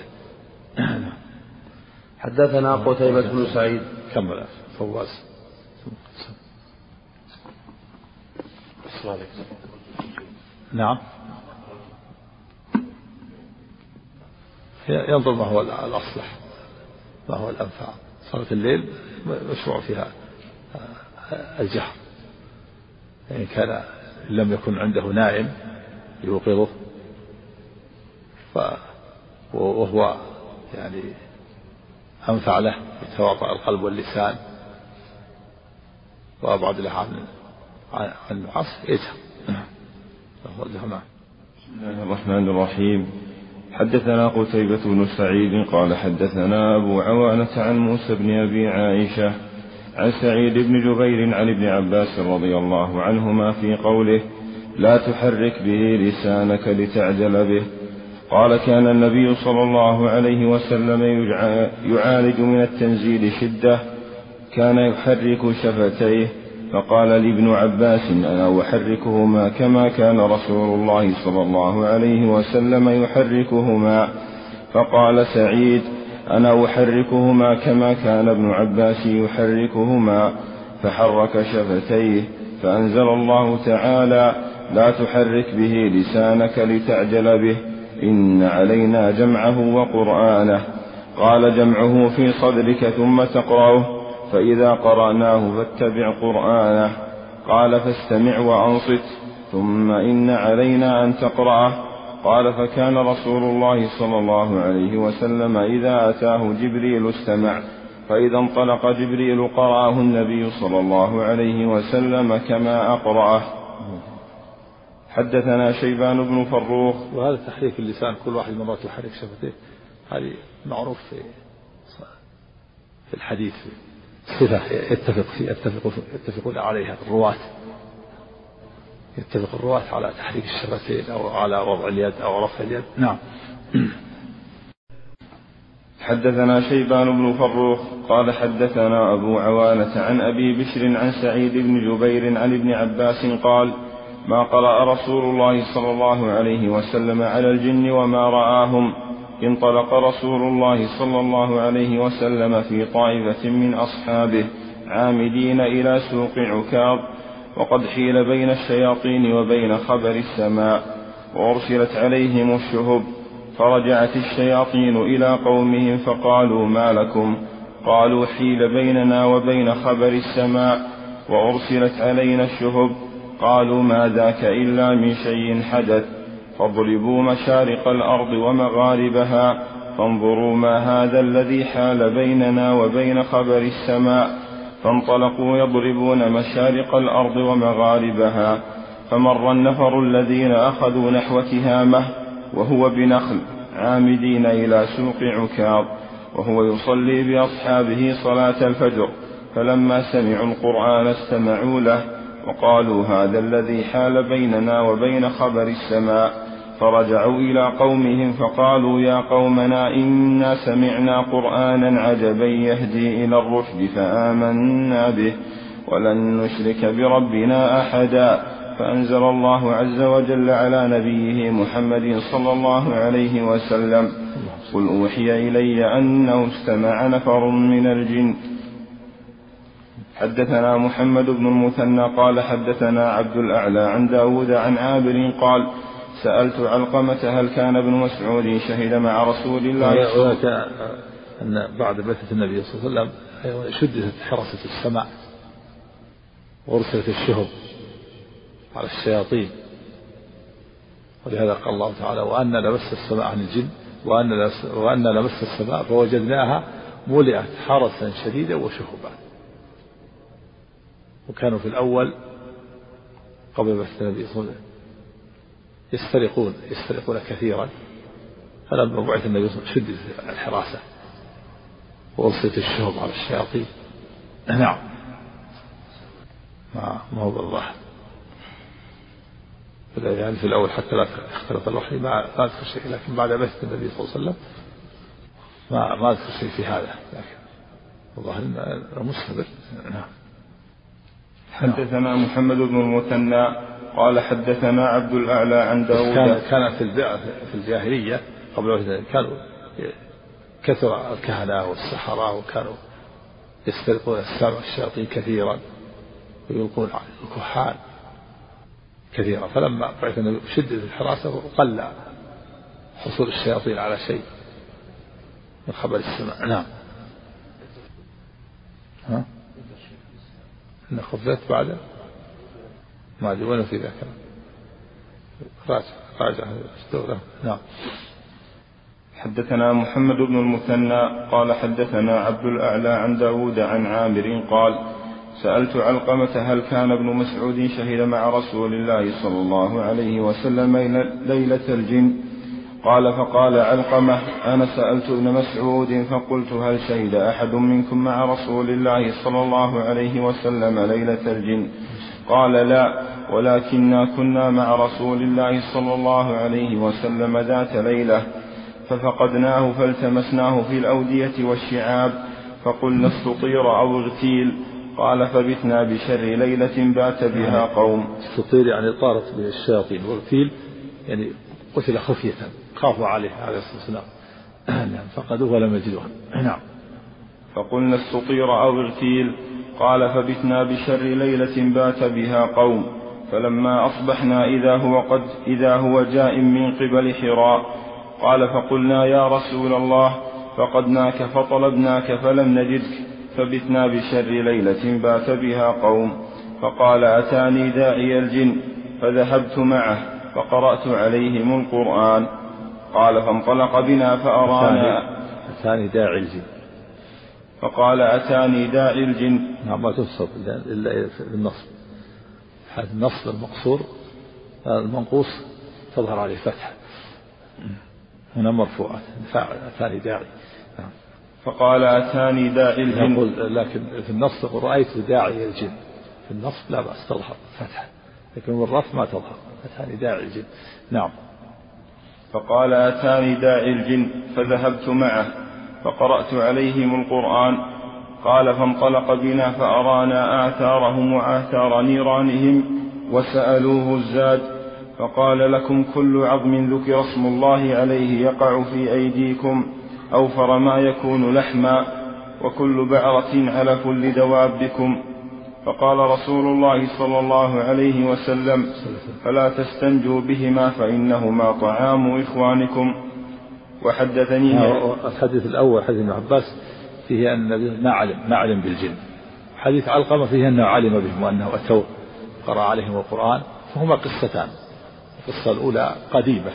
حدثنا قتيبة بن سعيد كمل فواز. نعم ينظر ما هو الأصلح ما هو الأنفع. صلاة الليل مشروع فيها الجهر إن كان لم يكن عنده نائم يوقظه وهو يعني أنفع له بتواطؤ القلب واللسان وأبعد له عن عن العصر يجهر. بسم الله الرحمن الرحيم. حدثنا قتيبة بن سعيد قال حدثنا أبو عوانة عن موسى بن أبي عائشة عن سعيد بن جبير عن ابن عباس رضي الله عنهما في قوله لا تحرك به لسانك لتعجل به قال كان النبي صلى الله عليه وسلم يعالج من التنزيل شدة كان يحرك شفتيه فقال لابن عباس أنا أحركهما كما كان رسول الله صلى الله عليه وسلم يحركهما فقال سعيد أنا أحركهما كما كان ابن عباس يحركهما فحرك شفتيه فأنزل الله تعالى لا تحرك به لسانك لتعجل به إن علينا جمعه وقرآنه قال جمعه في صدرك ثم تقرأه فإذا قرأناه فاتبع قرآنه قال فاستمع وأنصت ثم إن علينا أن تقرأه قال فكان رسول الله صلى الله عليه وسلم إذا أتاه جبريل استمع فإذا انطلق جبريل قرأه النبي صلى الله عليه وسلم كما أقرأه. حدثنا شيبان بن فروخ. وهذا تحريك اللسان كل واحد مرات يحرك شفتيه هذه معروف في في الحديث صفة يتفق في يتفق يتفقون عليها الرواة يتفق الرواة على تحريك الشفتين أو على وضع اليد أو رفع اليد. نعم. حدثنا شيبان بن فروخ قال حدثنا أبو عوانة عن أبي بشر عن سعيد بن جبير عن ابن عباس قال ما قرأ رسول الله صلى الله عليه وسلم على الجن وما رآهم انطلق رسول الله صلى الله عليه وسلم في طائفة من أصحابه عامدين إلى سوق عكاظ وقد حيل بين الشياطين وبين خبر السماء وأرسلت عليهم الشهب فرجعت الشياطين إلى قومهم فقالوا ما لكم قالوا حيل بيننا وبين خبر السماء وأرسلت علينا الشهب قالوا ما ذاك إلا من شيء حدث فاضربوا مشارق الأرض ومغاربها فانظروا ما هذا الذي حال بيننا وبين خبر السماء فانطلقوا يضربون مشارق الأرض ومغاربها فمر النفر الذين أخذوا نحو تهامة وهو بنخل عامدين إلى سوق عكاظ وهو يصلي بأصحابه صلاة الفجر فلما سمعوا القرآن استمعوا له وقالوا هذا الذي حال بيننا وبين خبر السماء، فرجعوا إلى قومهم فقالوا يا قومنا إنا سمعنا قرآنا عجبا يهدي إلى الرشد فآمنا به ولن نشرك بربنا أحدا. فأنزل الله عز وجل على نبيه محمد صلى الله عليه وسلم قل أوحي إلي أنه استمع نفر من الجن. حدثنا محمد بن المثنى قال حدثنا عبد الأعلى عن داود عن عابر قال سألت علقمة هل كان ابن مسعود شهد مع رسول الله صلى الله عليه وسلم أن بعد بعثة النبي صلى الله عليه وسلم شددت حراسة السماء وأرسلت الشهب على الشياطين، ولهذا قال الله تعالى وأن لمس السماء عن الجن وأن لمس السماء فوجدناها ملئت حرسا شديدا وشهبا. وكانوا في الأول قبل بعثة النبي صلى الله عليه وسلم يسترقون يسترقون كثيرا، فلما بعث النبي صلى الله عليه وسلم شدت الحراسة وأرسلت الشهب على الشياطين. نعم ما هو بالله يعني في الأول حتى لا اختلط الوحي ما أذكر شيء، لكن بعد بعثة النبي صلى الله عليه وسلم ما ما أذكر شيء في هذا، لكن والله إنه مستمر. نعم. حدثنا محمد بن المثنى قال حدثنا عبد الأعلى عن داود. كان كان في في الجاهلية قبل كانوا كثر الكهنة والسحرة وكانوا يسترقون الشياطين كثيرا ويلقون على الكهان كثيرا، فلما بعث النبي شدد الحراسة وقل حصول الشياطين على شيء من خبر السماء. نعم. ها؟ إن خفت بعد ما أدري وين في ذاك راجع راجع استغرب. نعم. حدثنا محمد بن المثنى قال حدثنا عبد الأعلى عن داود عن عامر قال سألت علقمة هل كان ابن مسعود شهد مع رسول الله صلى الله عليه وسلم ليلة الجن؟ قال فقال علقمة أنا سألت ابن مسعود فقلت هل شهد أحد منكم مع رسول الله صلى الله عليه وسلم ليلة الجن؟ قال لا، ولكننا كنا مع رسول الله صلى الله عليه وسلم ذات ليلة ففقدناه فالتمسناه في الأودية والشعاب فقلنا استطير أو اغتيل. قال فبتنا بشر ليلة بات بها قوم. استطير يعني طارت به الشياطين، واغتيل يعني قتل خفية خافوا عليه عليه الصلاة والسلام فقدوه ولم يجدوه. نعم. فقلنا استطير أو اغتيل. قال فبتنا بشر ليلة بات بها قوم فلما أصبحنا إذا هو قد إذا هو جاء من قبل حراء. قال فقلنا يا رسول الله فقدناك فطلبناك فلم نجدك فبتنا بشر ليلة بات بها قوم. فقال أتاني داعي الجن فذهبت معه فقرأت عليهم القرآن. قال فانطلق بنا فأرانا. أتاني داعي الجن. فقال أتاني داعي الجن. نعم ما تنصب إلا بالنصب، هذا النصب المقصور المنقوص تظهر عليه فتحة هنا مرفوعة أتاني داعي. فقال أتاني داعي الجن. يقول لكن في النص يقول رأيت داعي الجن، في النص لا بأس تظهر فتحة، لكن بالرفع ما تظهر أتاني داعي الجن. نعم. فقال أتاني داعي الجن فذهبت معه فقرأت عليهم القرآن. قال فانطلق بنا فأرانا آثارهم وآثار نيرانهم وسألوه الزاد فقال لكم كل عظم ذكر اسم الله عليه يقع في أيديكم أوفر ما يكون لحما وكل بعرة علف لدوابكم. فقال رسول الله صلى الله عليه وسلم فلا تستنجوا بهما فإنهما طعام إخوانكم. وحدثني الحديث الأول حديث ابن عباس فيه أن النبي ما علم ما علم بالجن. حديث علقمة فيه أنه علم بهم وأنه أتوا قرأ عليهم القرآن، فهما قصتان. القصة الأولى قديمة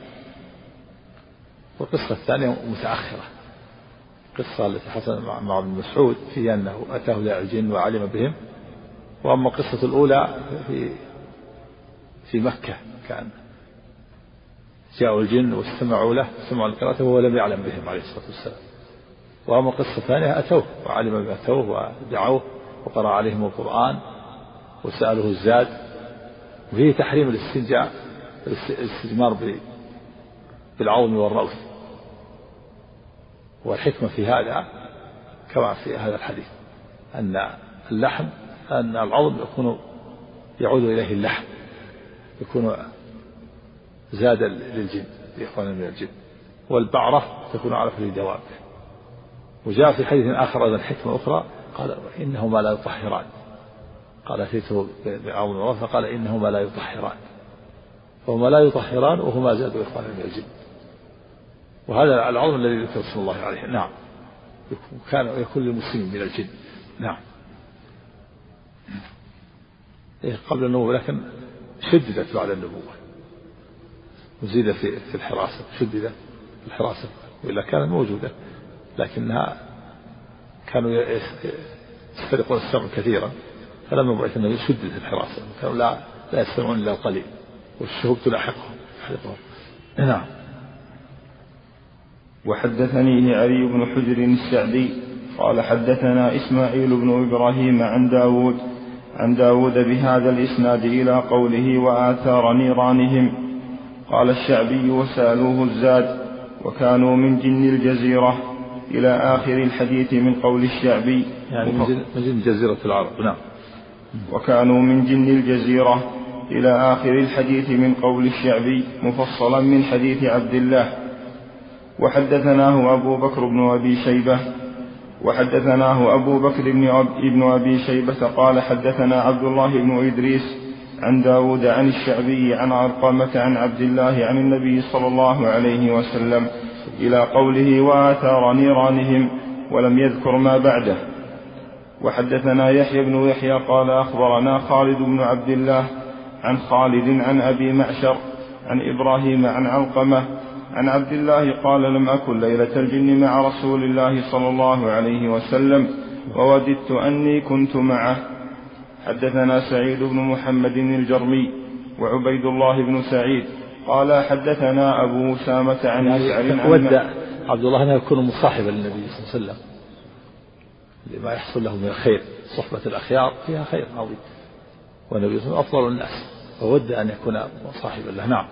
والقصة الثانية متأخرة. القصة التي حصلت مع ابن مسعود فيها أنه أتاه داعي الجن وعلم بهم، وأما القصة الأولى في في مكة كان جاءوا الجن واستمعوا له سمعوا القراءة وهو لم يعلم بهم عليه الصلاة والسلام. وأما القصة الثانية أتوه وعلم ما أتوه ودعوه وقرأ عليهم القرآن وسأله الزاد، وفيه تحريم الاستنجاء الاستجمار بالعظم والروث. والحكمة في هذا كما في هذا الحديث أن اللحم أن العظم يكون يعود إليه اللحم، يكون زادا للجن لإخوان من الجن، والبعرة تكون علف للدواب. وجاء في حديث آخر أيضا حكمة أخرى قال إنهما لا يطهران، قال أتيته بعظم الروث فقال إنهما لا يطهران، فهما لا يطهران وهما زاد إخوان من الجن. وهذا العظم الذي ذكر صلى الله عليه نعم كان يكون للمسلمين من الجن. نعم إيه قبل النبوة، لكن شددت بعد النبوة وزيد في في الحراسة، شددت الحراسة وإلا كانت موجودة، لكنها كانوا يسترقون السمع كثيرا، فلما بعث النبي شددت الحراسة، كانوا لا لا يستمعون إلا القليل والشهوب تلاحقهم. نعم. وحدثنيه علي بن حجر السعدي قال حدثنا إسماعيل بن إبراهيم عن داود عن داود بهذا الإسناد إلى قوله وآثار نيرانهم. قال الشعبي وسألوه الزاد وكانوا من جن الجزيرة إلى آخر الحديث من قول الشعبي يعني من جن جزيرة العرب. نعم. وكانوا من جن الجزيرة إلى آخر الحديث من قول الشعبي مفصلا من حديث عبد الله. وحدثناه أبو بكر بن أبي شيبة وحدثناه أبو بكر بن أبي شيبة قال حدثنا عبد الله بن إدريس عن داود عن الشعبي عن علقمة عن عبد الله عن النبي صلى الله عليه وسلم إلى قوله وآثار نيرانهم ولم يذكر ما بعده. وحدثنا يحيى بن يحيى قال أخبرنا خالد بن عبد الله عن خالد عن أبي معشر عن إبراهيم عن علقمة عن عبد الله قال لم أكن ليلة الجن مع رسول الله صلى الله عليه وسلم ووددت أني كنت معه. حدثنا سعيد بن محمد الجرمي وعبيد الله بن سعيد قال حدثنا أبو أسامة عن مسعر ود عبد الله أن يكون مصاحبا للنبي صلى الله عليه وسلم لما يحصل له من الخير، صحبة الأخيار فيها خير عظيم، والنبي صلى الله عليه وسلم أفضل الناس فود أن يكون مصاحبا له. نعم.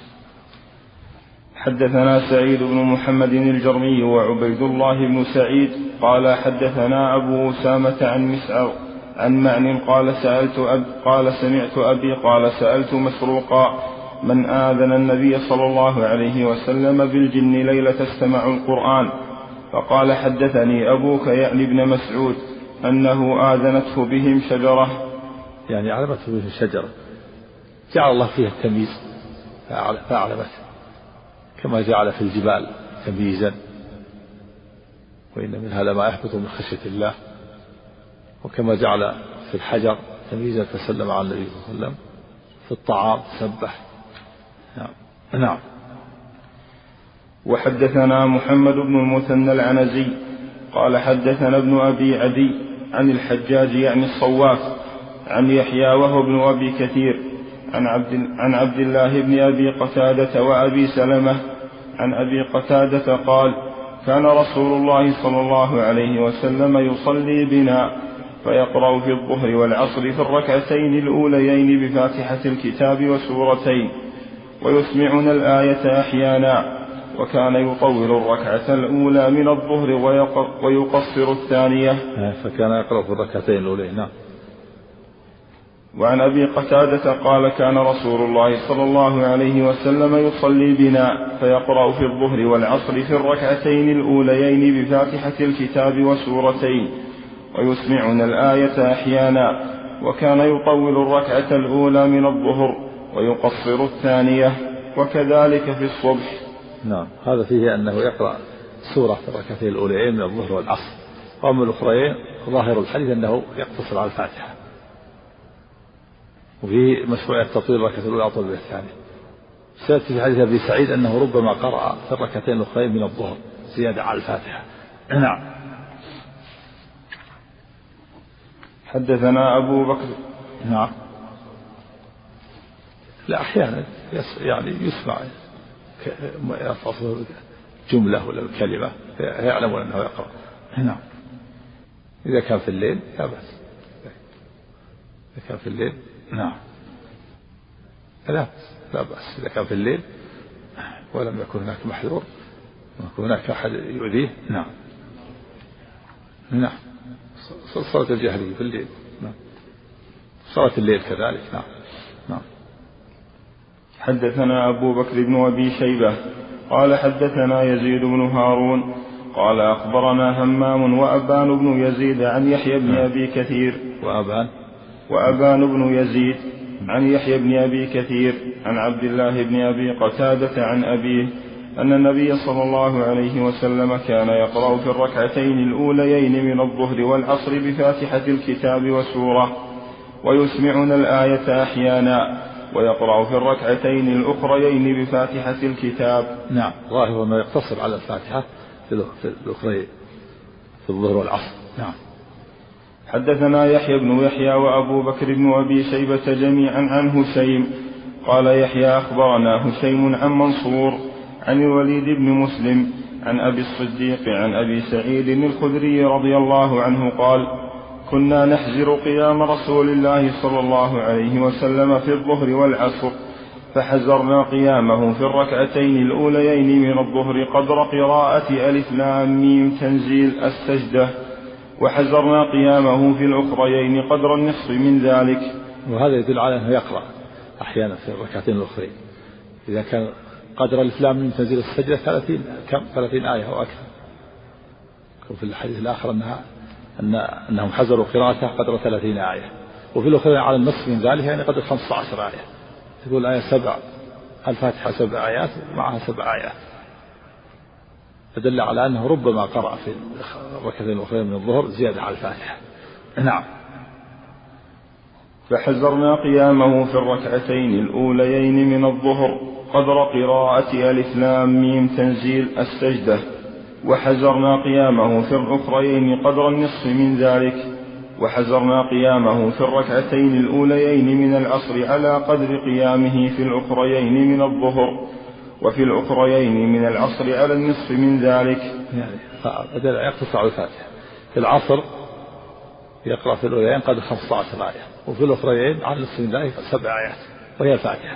حدثنا سعيد بن محمد الجرمي وعبيد الله بن سعيد قال حدثنا أبو أسامة عن مسعر عن معن قال سألت أب قال سمعت أبي قال سألت مسروقا من آذن النبي صلى الله عليه وسلم بالجن ليلة استمعوا القرآن، فقال حدثني أبوك يعني ابن مسعود أنه آذنته بهم شجرة، يعني علمته بهم شجرة جعل الله فيها التمييز فأعلمته، كما جعل في الجبال تمييزا وإن منها لما يهبط من خشية الله، وكما جعل في الحجر تمييزا فسلم على النبي صلى الله عليه وسلم، في الطعام سبح. نعم. نعم. وحدثنا محمد بن المثنى العنزي قال حدثنا ابن أبي عدي عن الحجاج يعني الصواف عن يحيى وهو ابن أبي كثير عن عبد, عن عبد الله بن أبي قتادة وأبي سلمة عن أبي قتادة قال كان رسول الله صلى الله عليه وسلم يصلي بنا فيقرأ في الظهر والعصر في الركعتين الأوليين بفاتحة الكتاب وسورتين ويسمعنا الآية أحيانا، وكان يطول الركعة الأولى من الظهر ويقصر الثانية، فكان يقرأ في الركعتين الأولين. نعم. وعن أبي قتادة قال كان رسول الله صلى الله عليه وسلم يصلي بنا فيقرأ في الظهر والعصر في الركعتين الأوليين بفاتحة الكتاب وسورتين ويسمعنا الآية أحيانا، وكان يطول الركعة الأولى من الظهر ويقصر الثانية، وكذلك في الصبح. نعم. هذا فيه أنه يقرأ سورة في الركعتين الأوليين من الظهر والعصر، وأما الأخرين ظاهر الحديث أنه يقتصر على الفاتحة، وفيه مشروعية تطويل الركعة الأولى أطول من الثانية. سيأتي في حديث أبي سعيد أنه ربما قرأ في الركعتين الأخرين من الظهر زيادة على الفاتحة. نعم. حدثنا أبو بكر. نعم. لا أحيانا يعني يسمع الجملة ولا الكلمة يعلمون أنه يقرأ. نعم. إذا كان في الليل لا بأس. إذا كان في الليل نعم لا بأس لا بأس إذا كان في الليل ولم يكن هناك محذور ويكون هناك أحد يؤذيه. نعم نعم صلاة الجهرية في الليل. نعم صلاة الليل كذلك. نعم نعم. حدثنا أبو بكر بن أبي شيبة قال حدثنا يزيد بن هارون قال أخبرنا همام وأبان بن يزيد عن يحيى بن أبي كثير وأبان وأبان بن يزيد عن يحيى بن أبي كثير عن عبد الله بن أبي قتادة عن أبيه أن النبي صلى الله عليه وسلم كان يقرأ في الركعتين الأوليين من الظهر والعصر بفاتحة الكتاب وسورة ويسمعنا الآية أحيانا ويقرأ في الركعتين الأخريين بفاتحة الكتاب. نعم ظاهر أنه يقتصر على الفاتحة في الأخرين في الظهر والعصر. نعم. حدثنا يحيى بن يحيى وأبو بكر بن أبي شيبة جميعا عن هشيم قال يحيى أخبرنا هشيم عن منصور عن الوليد بن مسلم عن أبي الصديق عن أبي سعيد الخدري رضي الله عنه قال كنا نحزر قيام رسول الله صلى الله عليه وسلم في الظهر والعصر فحزرنا قيامه في الركعتين الأوليين من الظهر قدر قراءة ألف لام ميم تنزيل السجدة وحزرنا قيامه في الأخريين قدر النصف من ذلك. وهذا يدل على أنه يقرأ أحيانا في الركعتين الأخرين إذا كان قدر ألف لام ميم تنزيل السجدة ثلاثين كم ثلاثين آية أو أكثر. وفي الحديث الآخر أنها أن أنهم حزروا قراءته قدر ثلاثين آية وفي الأخرين على النصف من ذلك يعني قدر خمسة عشر آية. تقول آية سبع الفاتحة سبع آيات معها سبع آيات فدل على أنه ربما قرأ في الركعتين الأخرين من الظهر زيادة على الفاتحة. نعم. فحزرنا قيامه في الركعتين الأوليين من الظهر قدر قراءة ألف لام ميم تنزيل السجدة وحزرنا قيامه في الأخرين قدر النصف من ذلك وحزرنا قيامه في الركعتين الأوليين من العصر على قدر قيامه في الأخريين من الظهر وفي الأخريين من العصر على النصف من ذلك. يعني بدل يقتصر على الفاتحة في العصر يقرأ في الأوليين قدر خمسة عشر آية وفي الأخريين على النصف من ذلك سبع آيات وهي الفاتحة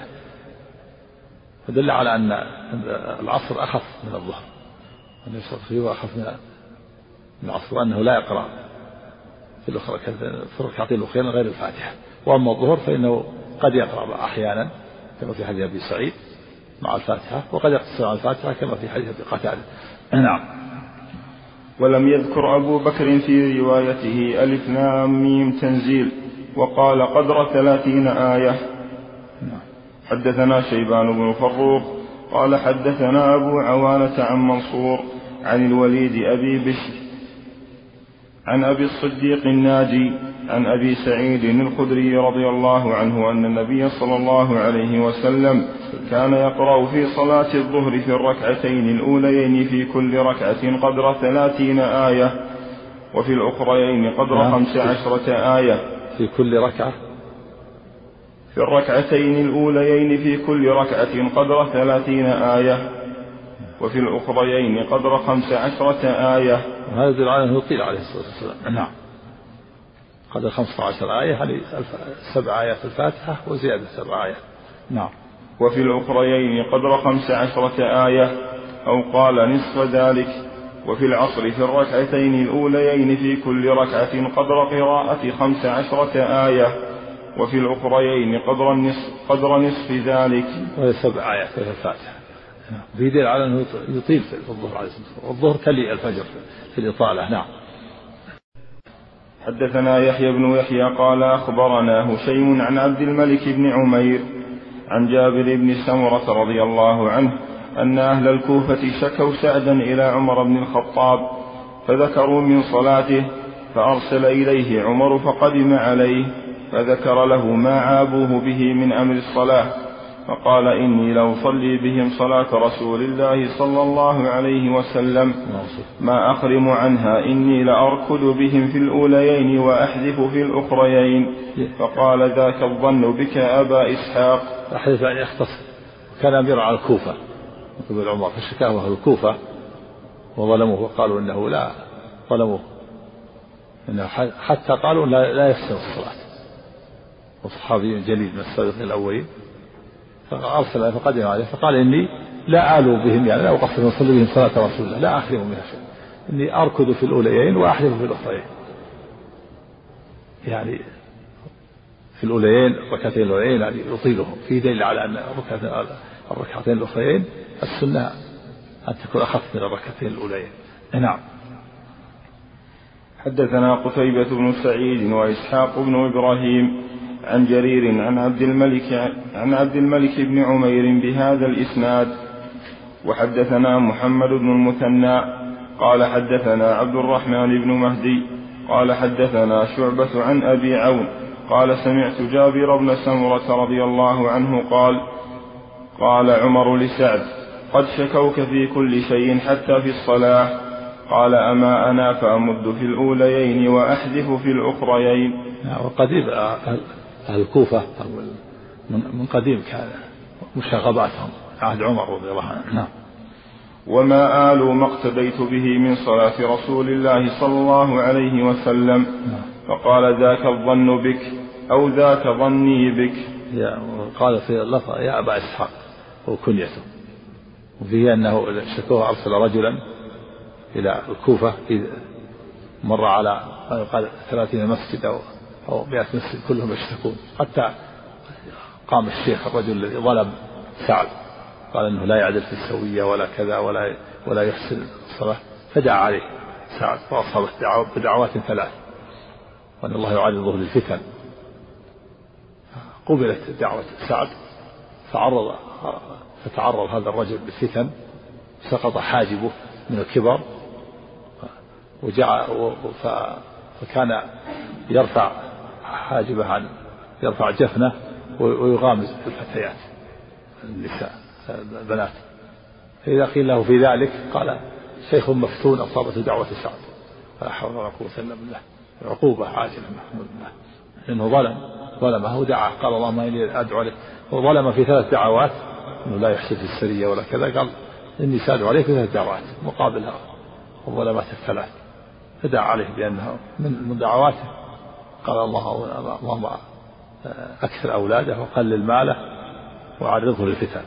فدل على أن العصر أخف من الظهر أن يشرط فيه أخف من العصر وأنه لا يقرأ في الأخرى في الركعتين الأخرين غير الفاتحة. وأما الظهر فإنه قد يقرأ أحيانا كما في حديث أبي سعيد مع الفاتحة وقد يقتصر على الفاتحة كما في حديث أبي قتادة. نعم. ولم يذكر أبو بكر في روايته ألف لام ميم تنزيل وقال قدر ثلاثين آية. نعم. حدثنا شيبان بن فروخ قال حدثنا أبو عوانة عن منصور عن الوليد أبي بشر عن أبي الصديق الناجي عن أبي سعيد الخدري رضي الله عنه أن النبي صلى الله عليه وسلم كان يقرأ في صلاة الظهر في الركعتين الأوليين في كل ركعة قدر ثلاثين آية وفي الأخريين قدر خمس عشرة آية. في كل ركعة في الركعتين الأوليين في كل ركعة قدر ثلاثين آية وفي الأخريين قدر خمس عشرة آية. وهذا يدل على أنه يطيل عليه الصلاة والسلام. نعم. قدر خمسة عشر آية هذه سبع آيات الفاتحة وزيادة سبع آيات. نعم. وفي الأخريين قدر خمس عشرة آية أو قال نصف ذلك. وفي العصر في الركعتين الأوليين في كل ركعة قدر قراءة خمس عشرة آية وفي الأخريين قدر النصف, قدر نصف ذلك. وهي سبع آيات في الفاتحة. بيدل على أنه يطيل في الظهر عليه الصلاة والسلام والظهر تلي الفجر في الإطالة. نعم. حدثنا يحيى بن يحيى قال أخبرنا هشيم عن عبد الملك بن عمير عن جابر بن سمرة رضي الله عنه أن أهل الكوفة شكوا سعدا إلى عمر بن الخطاب فذكروا من صلاته فأرسل إليه عمر فقدم عليه فذكر له ما عابوه به من أمر الصلاة فقال إني لأصلي بهم صلاة رسول الله صلى الله عليه وسلم ما أخرم عنها إني لأركض بهم في الأوليين وأحذف في الأخريين فقال ذاك الظن بك أبا إسحاق. أحذف أن يختصر. كان أمير على الكوفة يقول عمر فشكاه أهل الكوفة وظلموه وقالوا إنه لا ظلموه إنه حتى قالوا لا, لا يحسن الصلاة. وصحابي جليل من السابقين الأولين فأرسل فقدم عليه فقال إني لا آلو بهم يعني لا أقصر وصلي بهم صلاة رسول الله لا أحرم منها شيء إني أركض في الأوليين وأحرم في الأخرين. يعني في الأوليين الركعتين الأوليين يعني يطيلهم في دليل على أن الركعتين الأخرين السنة أن تكون أخف من الركعتين الأوليين. نعم. حدثنا قتيبة بن سعيد وإسحاق بن إبراهيم عن جرير عن عبد الملك عن عبد الملك بن عمير بهذا الإسناد. وحدثنا محمد بن المثنى قال حدثنا عبد الرحمن بن مهدي قال حدثنا شعبة عن أبي عون قال سمعت جابر بن سمرة رضي الله عنه قال قال عمر لسعد قد شكوك في كل شيء حتى في الصلاة قال أما أنا فأمد في الأوليين وأحذف في الأخريين. وقديم أهل الكوفة من قديم كان مشاغباتهم عهد عمر رضي الله عنه. وما آل ما اقتديت به من صلاة رسول الله صلى الله عليه وسلم فقال ذاك الظن بك أو ذاك ظني بك. قال في اللفظ يا أبا إسحاق وكنيته. وفيه أنه شكوه أرسل رجلا إلى الكوفة مر على قال ثلاثين مسجد أو أو مئة مسجد كلهم يشتكون حتى قام الشيخ الرجل الذي ظلم سعد قال إنه لا يعدل في السوية ولا كذا ولا ولا يحسن الصلاة فدعا عليه سعد فأصابت بدعوات ثلاث وأن الله يعرضه للفتن. قبلت دعوة سعد فعرض فتعرض هذا الرجل للفتن سقط حاجبه من الكبر وجاء فكان يرفع حاجبه عن يرفع جفنه ويغامز الفتيات النساء البنات. فإذا قيل له في ذلك قال شيخ مفتون أصابته دعوة سعد فلا حول ولا قوة إلا بالله عقوبة عاجلة لأنه ظلم ظلمه ودعا قال اللهم إني أدعو عليك وظلم في ثلاث دعوات إنه لا يحسن في السرية ولا كذا قال إني سأدعو عليك في ثلاث دعوات مقابلها وظلمات الثلاث فدعا عليه بأنه من دعواته قال الله اللهم أكثر أولاده وقلل ماله وعرضه للفتن.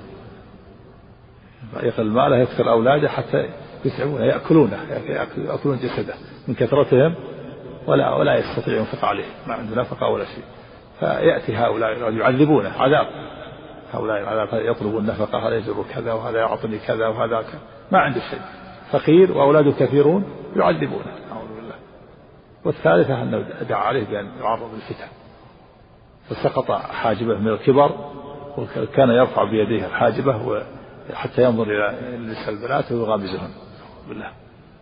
يقلل ماله يكثر أولاده حتى يتعبونه يأكلونه يأكلون جسده من كثرتهم ولا ولا يستطيع ينفق عليه ما عنده نفقة ولا شيء. فيأتي هؤلاء يعذبونه عذاب هؤلاء العذاب يطلبون النفقة هذا يجر كذا وهذا يعطني كذا وهذا كذا ما عنده شيء فقير وأولاده كثيرون يعذبونه أعوذ بالله. والثالثة أنه دعا عليه بأن يعرض للفتن فسقط حاجبه من الكبر وكان يرفع بيديه الحاجبة حتى ينظر إلى نساء البنات ويغامزهن بالله.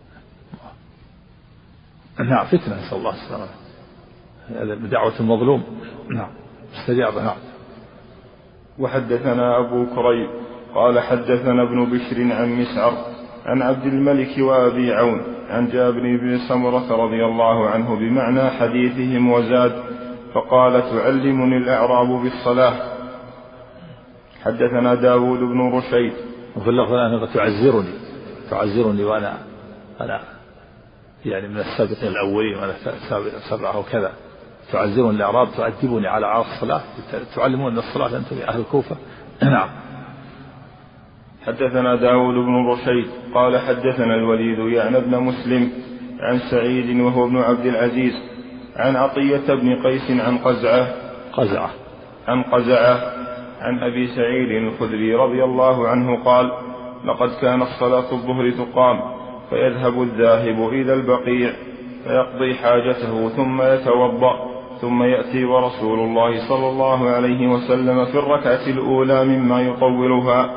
نعم فتنة نسأل الله السلامة بدعوة المظلوم. نعم استجابة. نعم. وحدثنا أبو كريب قال حدثنا ابن بشر عن مسعر عن عبد الملك وأبي عون عن جابر بن سمرة رضي الله عنه بمعنى حديثهم وزاد فقال تعلمني الأعراب بالصلاة. حدثنا داود بن رشيد وفي اللفظ أنه تعزرني تعزرني وأنا أنا يعني من السابقين الأولين وأنا سبعة وكذا تعزرني الأعراب تؤدبني على عرض الصلاة تعلمون الصلاة أنتم يا أهل الكوفة. نعم. حدثنا داود بن رشيد قال حدثنا الوليد يعني ابن مسلم عن سعيد وهو ابن عبد العزيز عن عطية بن قيس عن قزعة قزعة عن قزعة عن أبي سعيد الخدري رضي الله عنه قال لقد كانت صلاة الظهر تقام فيذهب الذاهب إلى البقيع فيقضي حاجته ثم يتوضأ ثم يأتي ورسول الله صلى الله عليه وسلم في الركعة الأولى مما يطولها.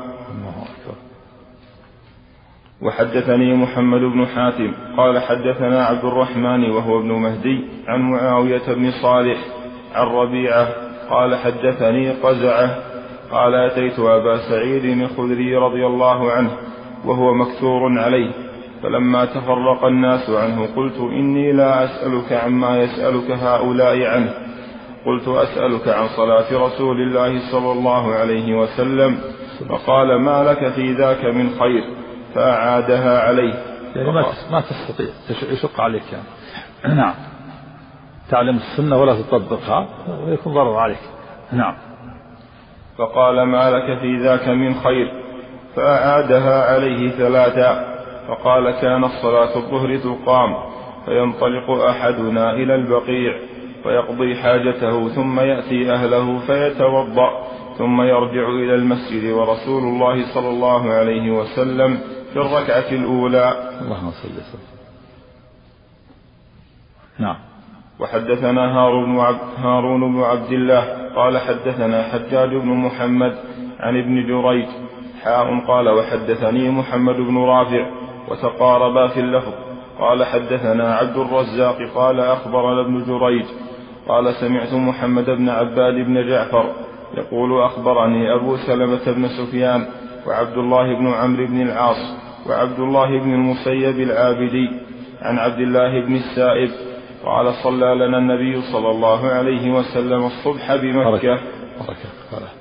وحدثني محمد بن حاتم قال حدثنا عبد الرحمن وهو ابن مهدي عن معاوية بن صالح عن ربيعة قال حدثني قزعة قال أتيت أبا سعيد الخدري رضي الله عنه وهو مكثور عليه فلما تفرق الناس عنه قلت إني لا أسألك عما يسألك هؤلاء عنه قلت أسألك عن صلاة رسول الله صلى الله عليه وسلم فقال ما لك في ذاك من خير فأعادها عليه يعني ما ما تستطيع يشق عليك يعني. نعم تعلم السنة ولا تطبقها ويكون ضرر عليك. نعم. فقال ما لك في ذاك من خير؟ فأعادها عليه ثلاثا. فقال كانت صلاة الظهر تقام فينطلق أحدنا إلى البقيع فيقضي حاجته ثم يأتي أهله فيتوضأ ثم يرجع إلى المسجد ورسول الله صلى الله عليه وسلم في الركعة الأولى. اللهم صل وسلم. نعم. وحدثنا هارون, عبد هارون بن عبد الله قال حدثنا حجاج بن محمد عن ابن جريج حاء قال وحدثني محمد بن رافع وتقاربا في اللفظ قال حدثنا عبد الرزاق قال أخبرنا ابن جريج قال سمعت محمد بن عباد بن جعفر يقول أخبرني أبو سلمة بن سفيان وعبد الله بن عمرو بن العاص وعبد الله بن المسيب العابدي عن عبد الله بن السائب قال صلى لنا النبي صلى الله عليه وسلم الصبح بمكة. بركة. بركة.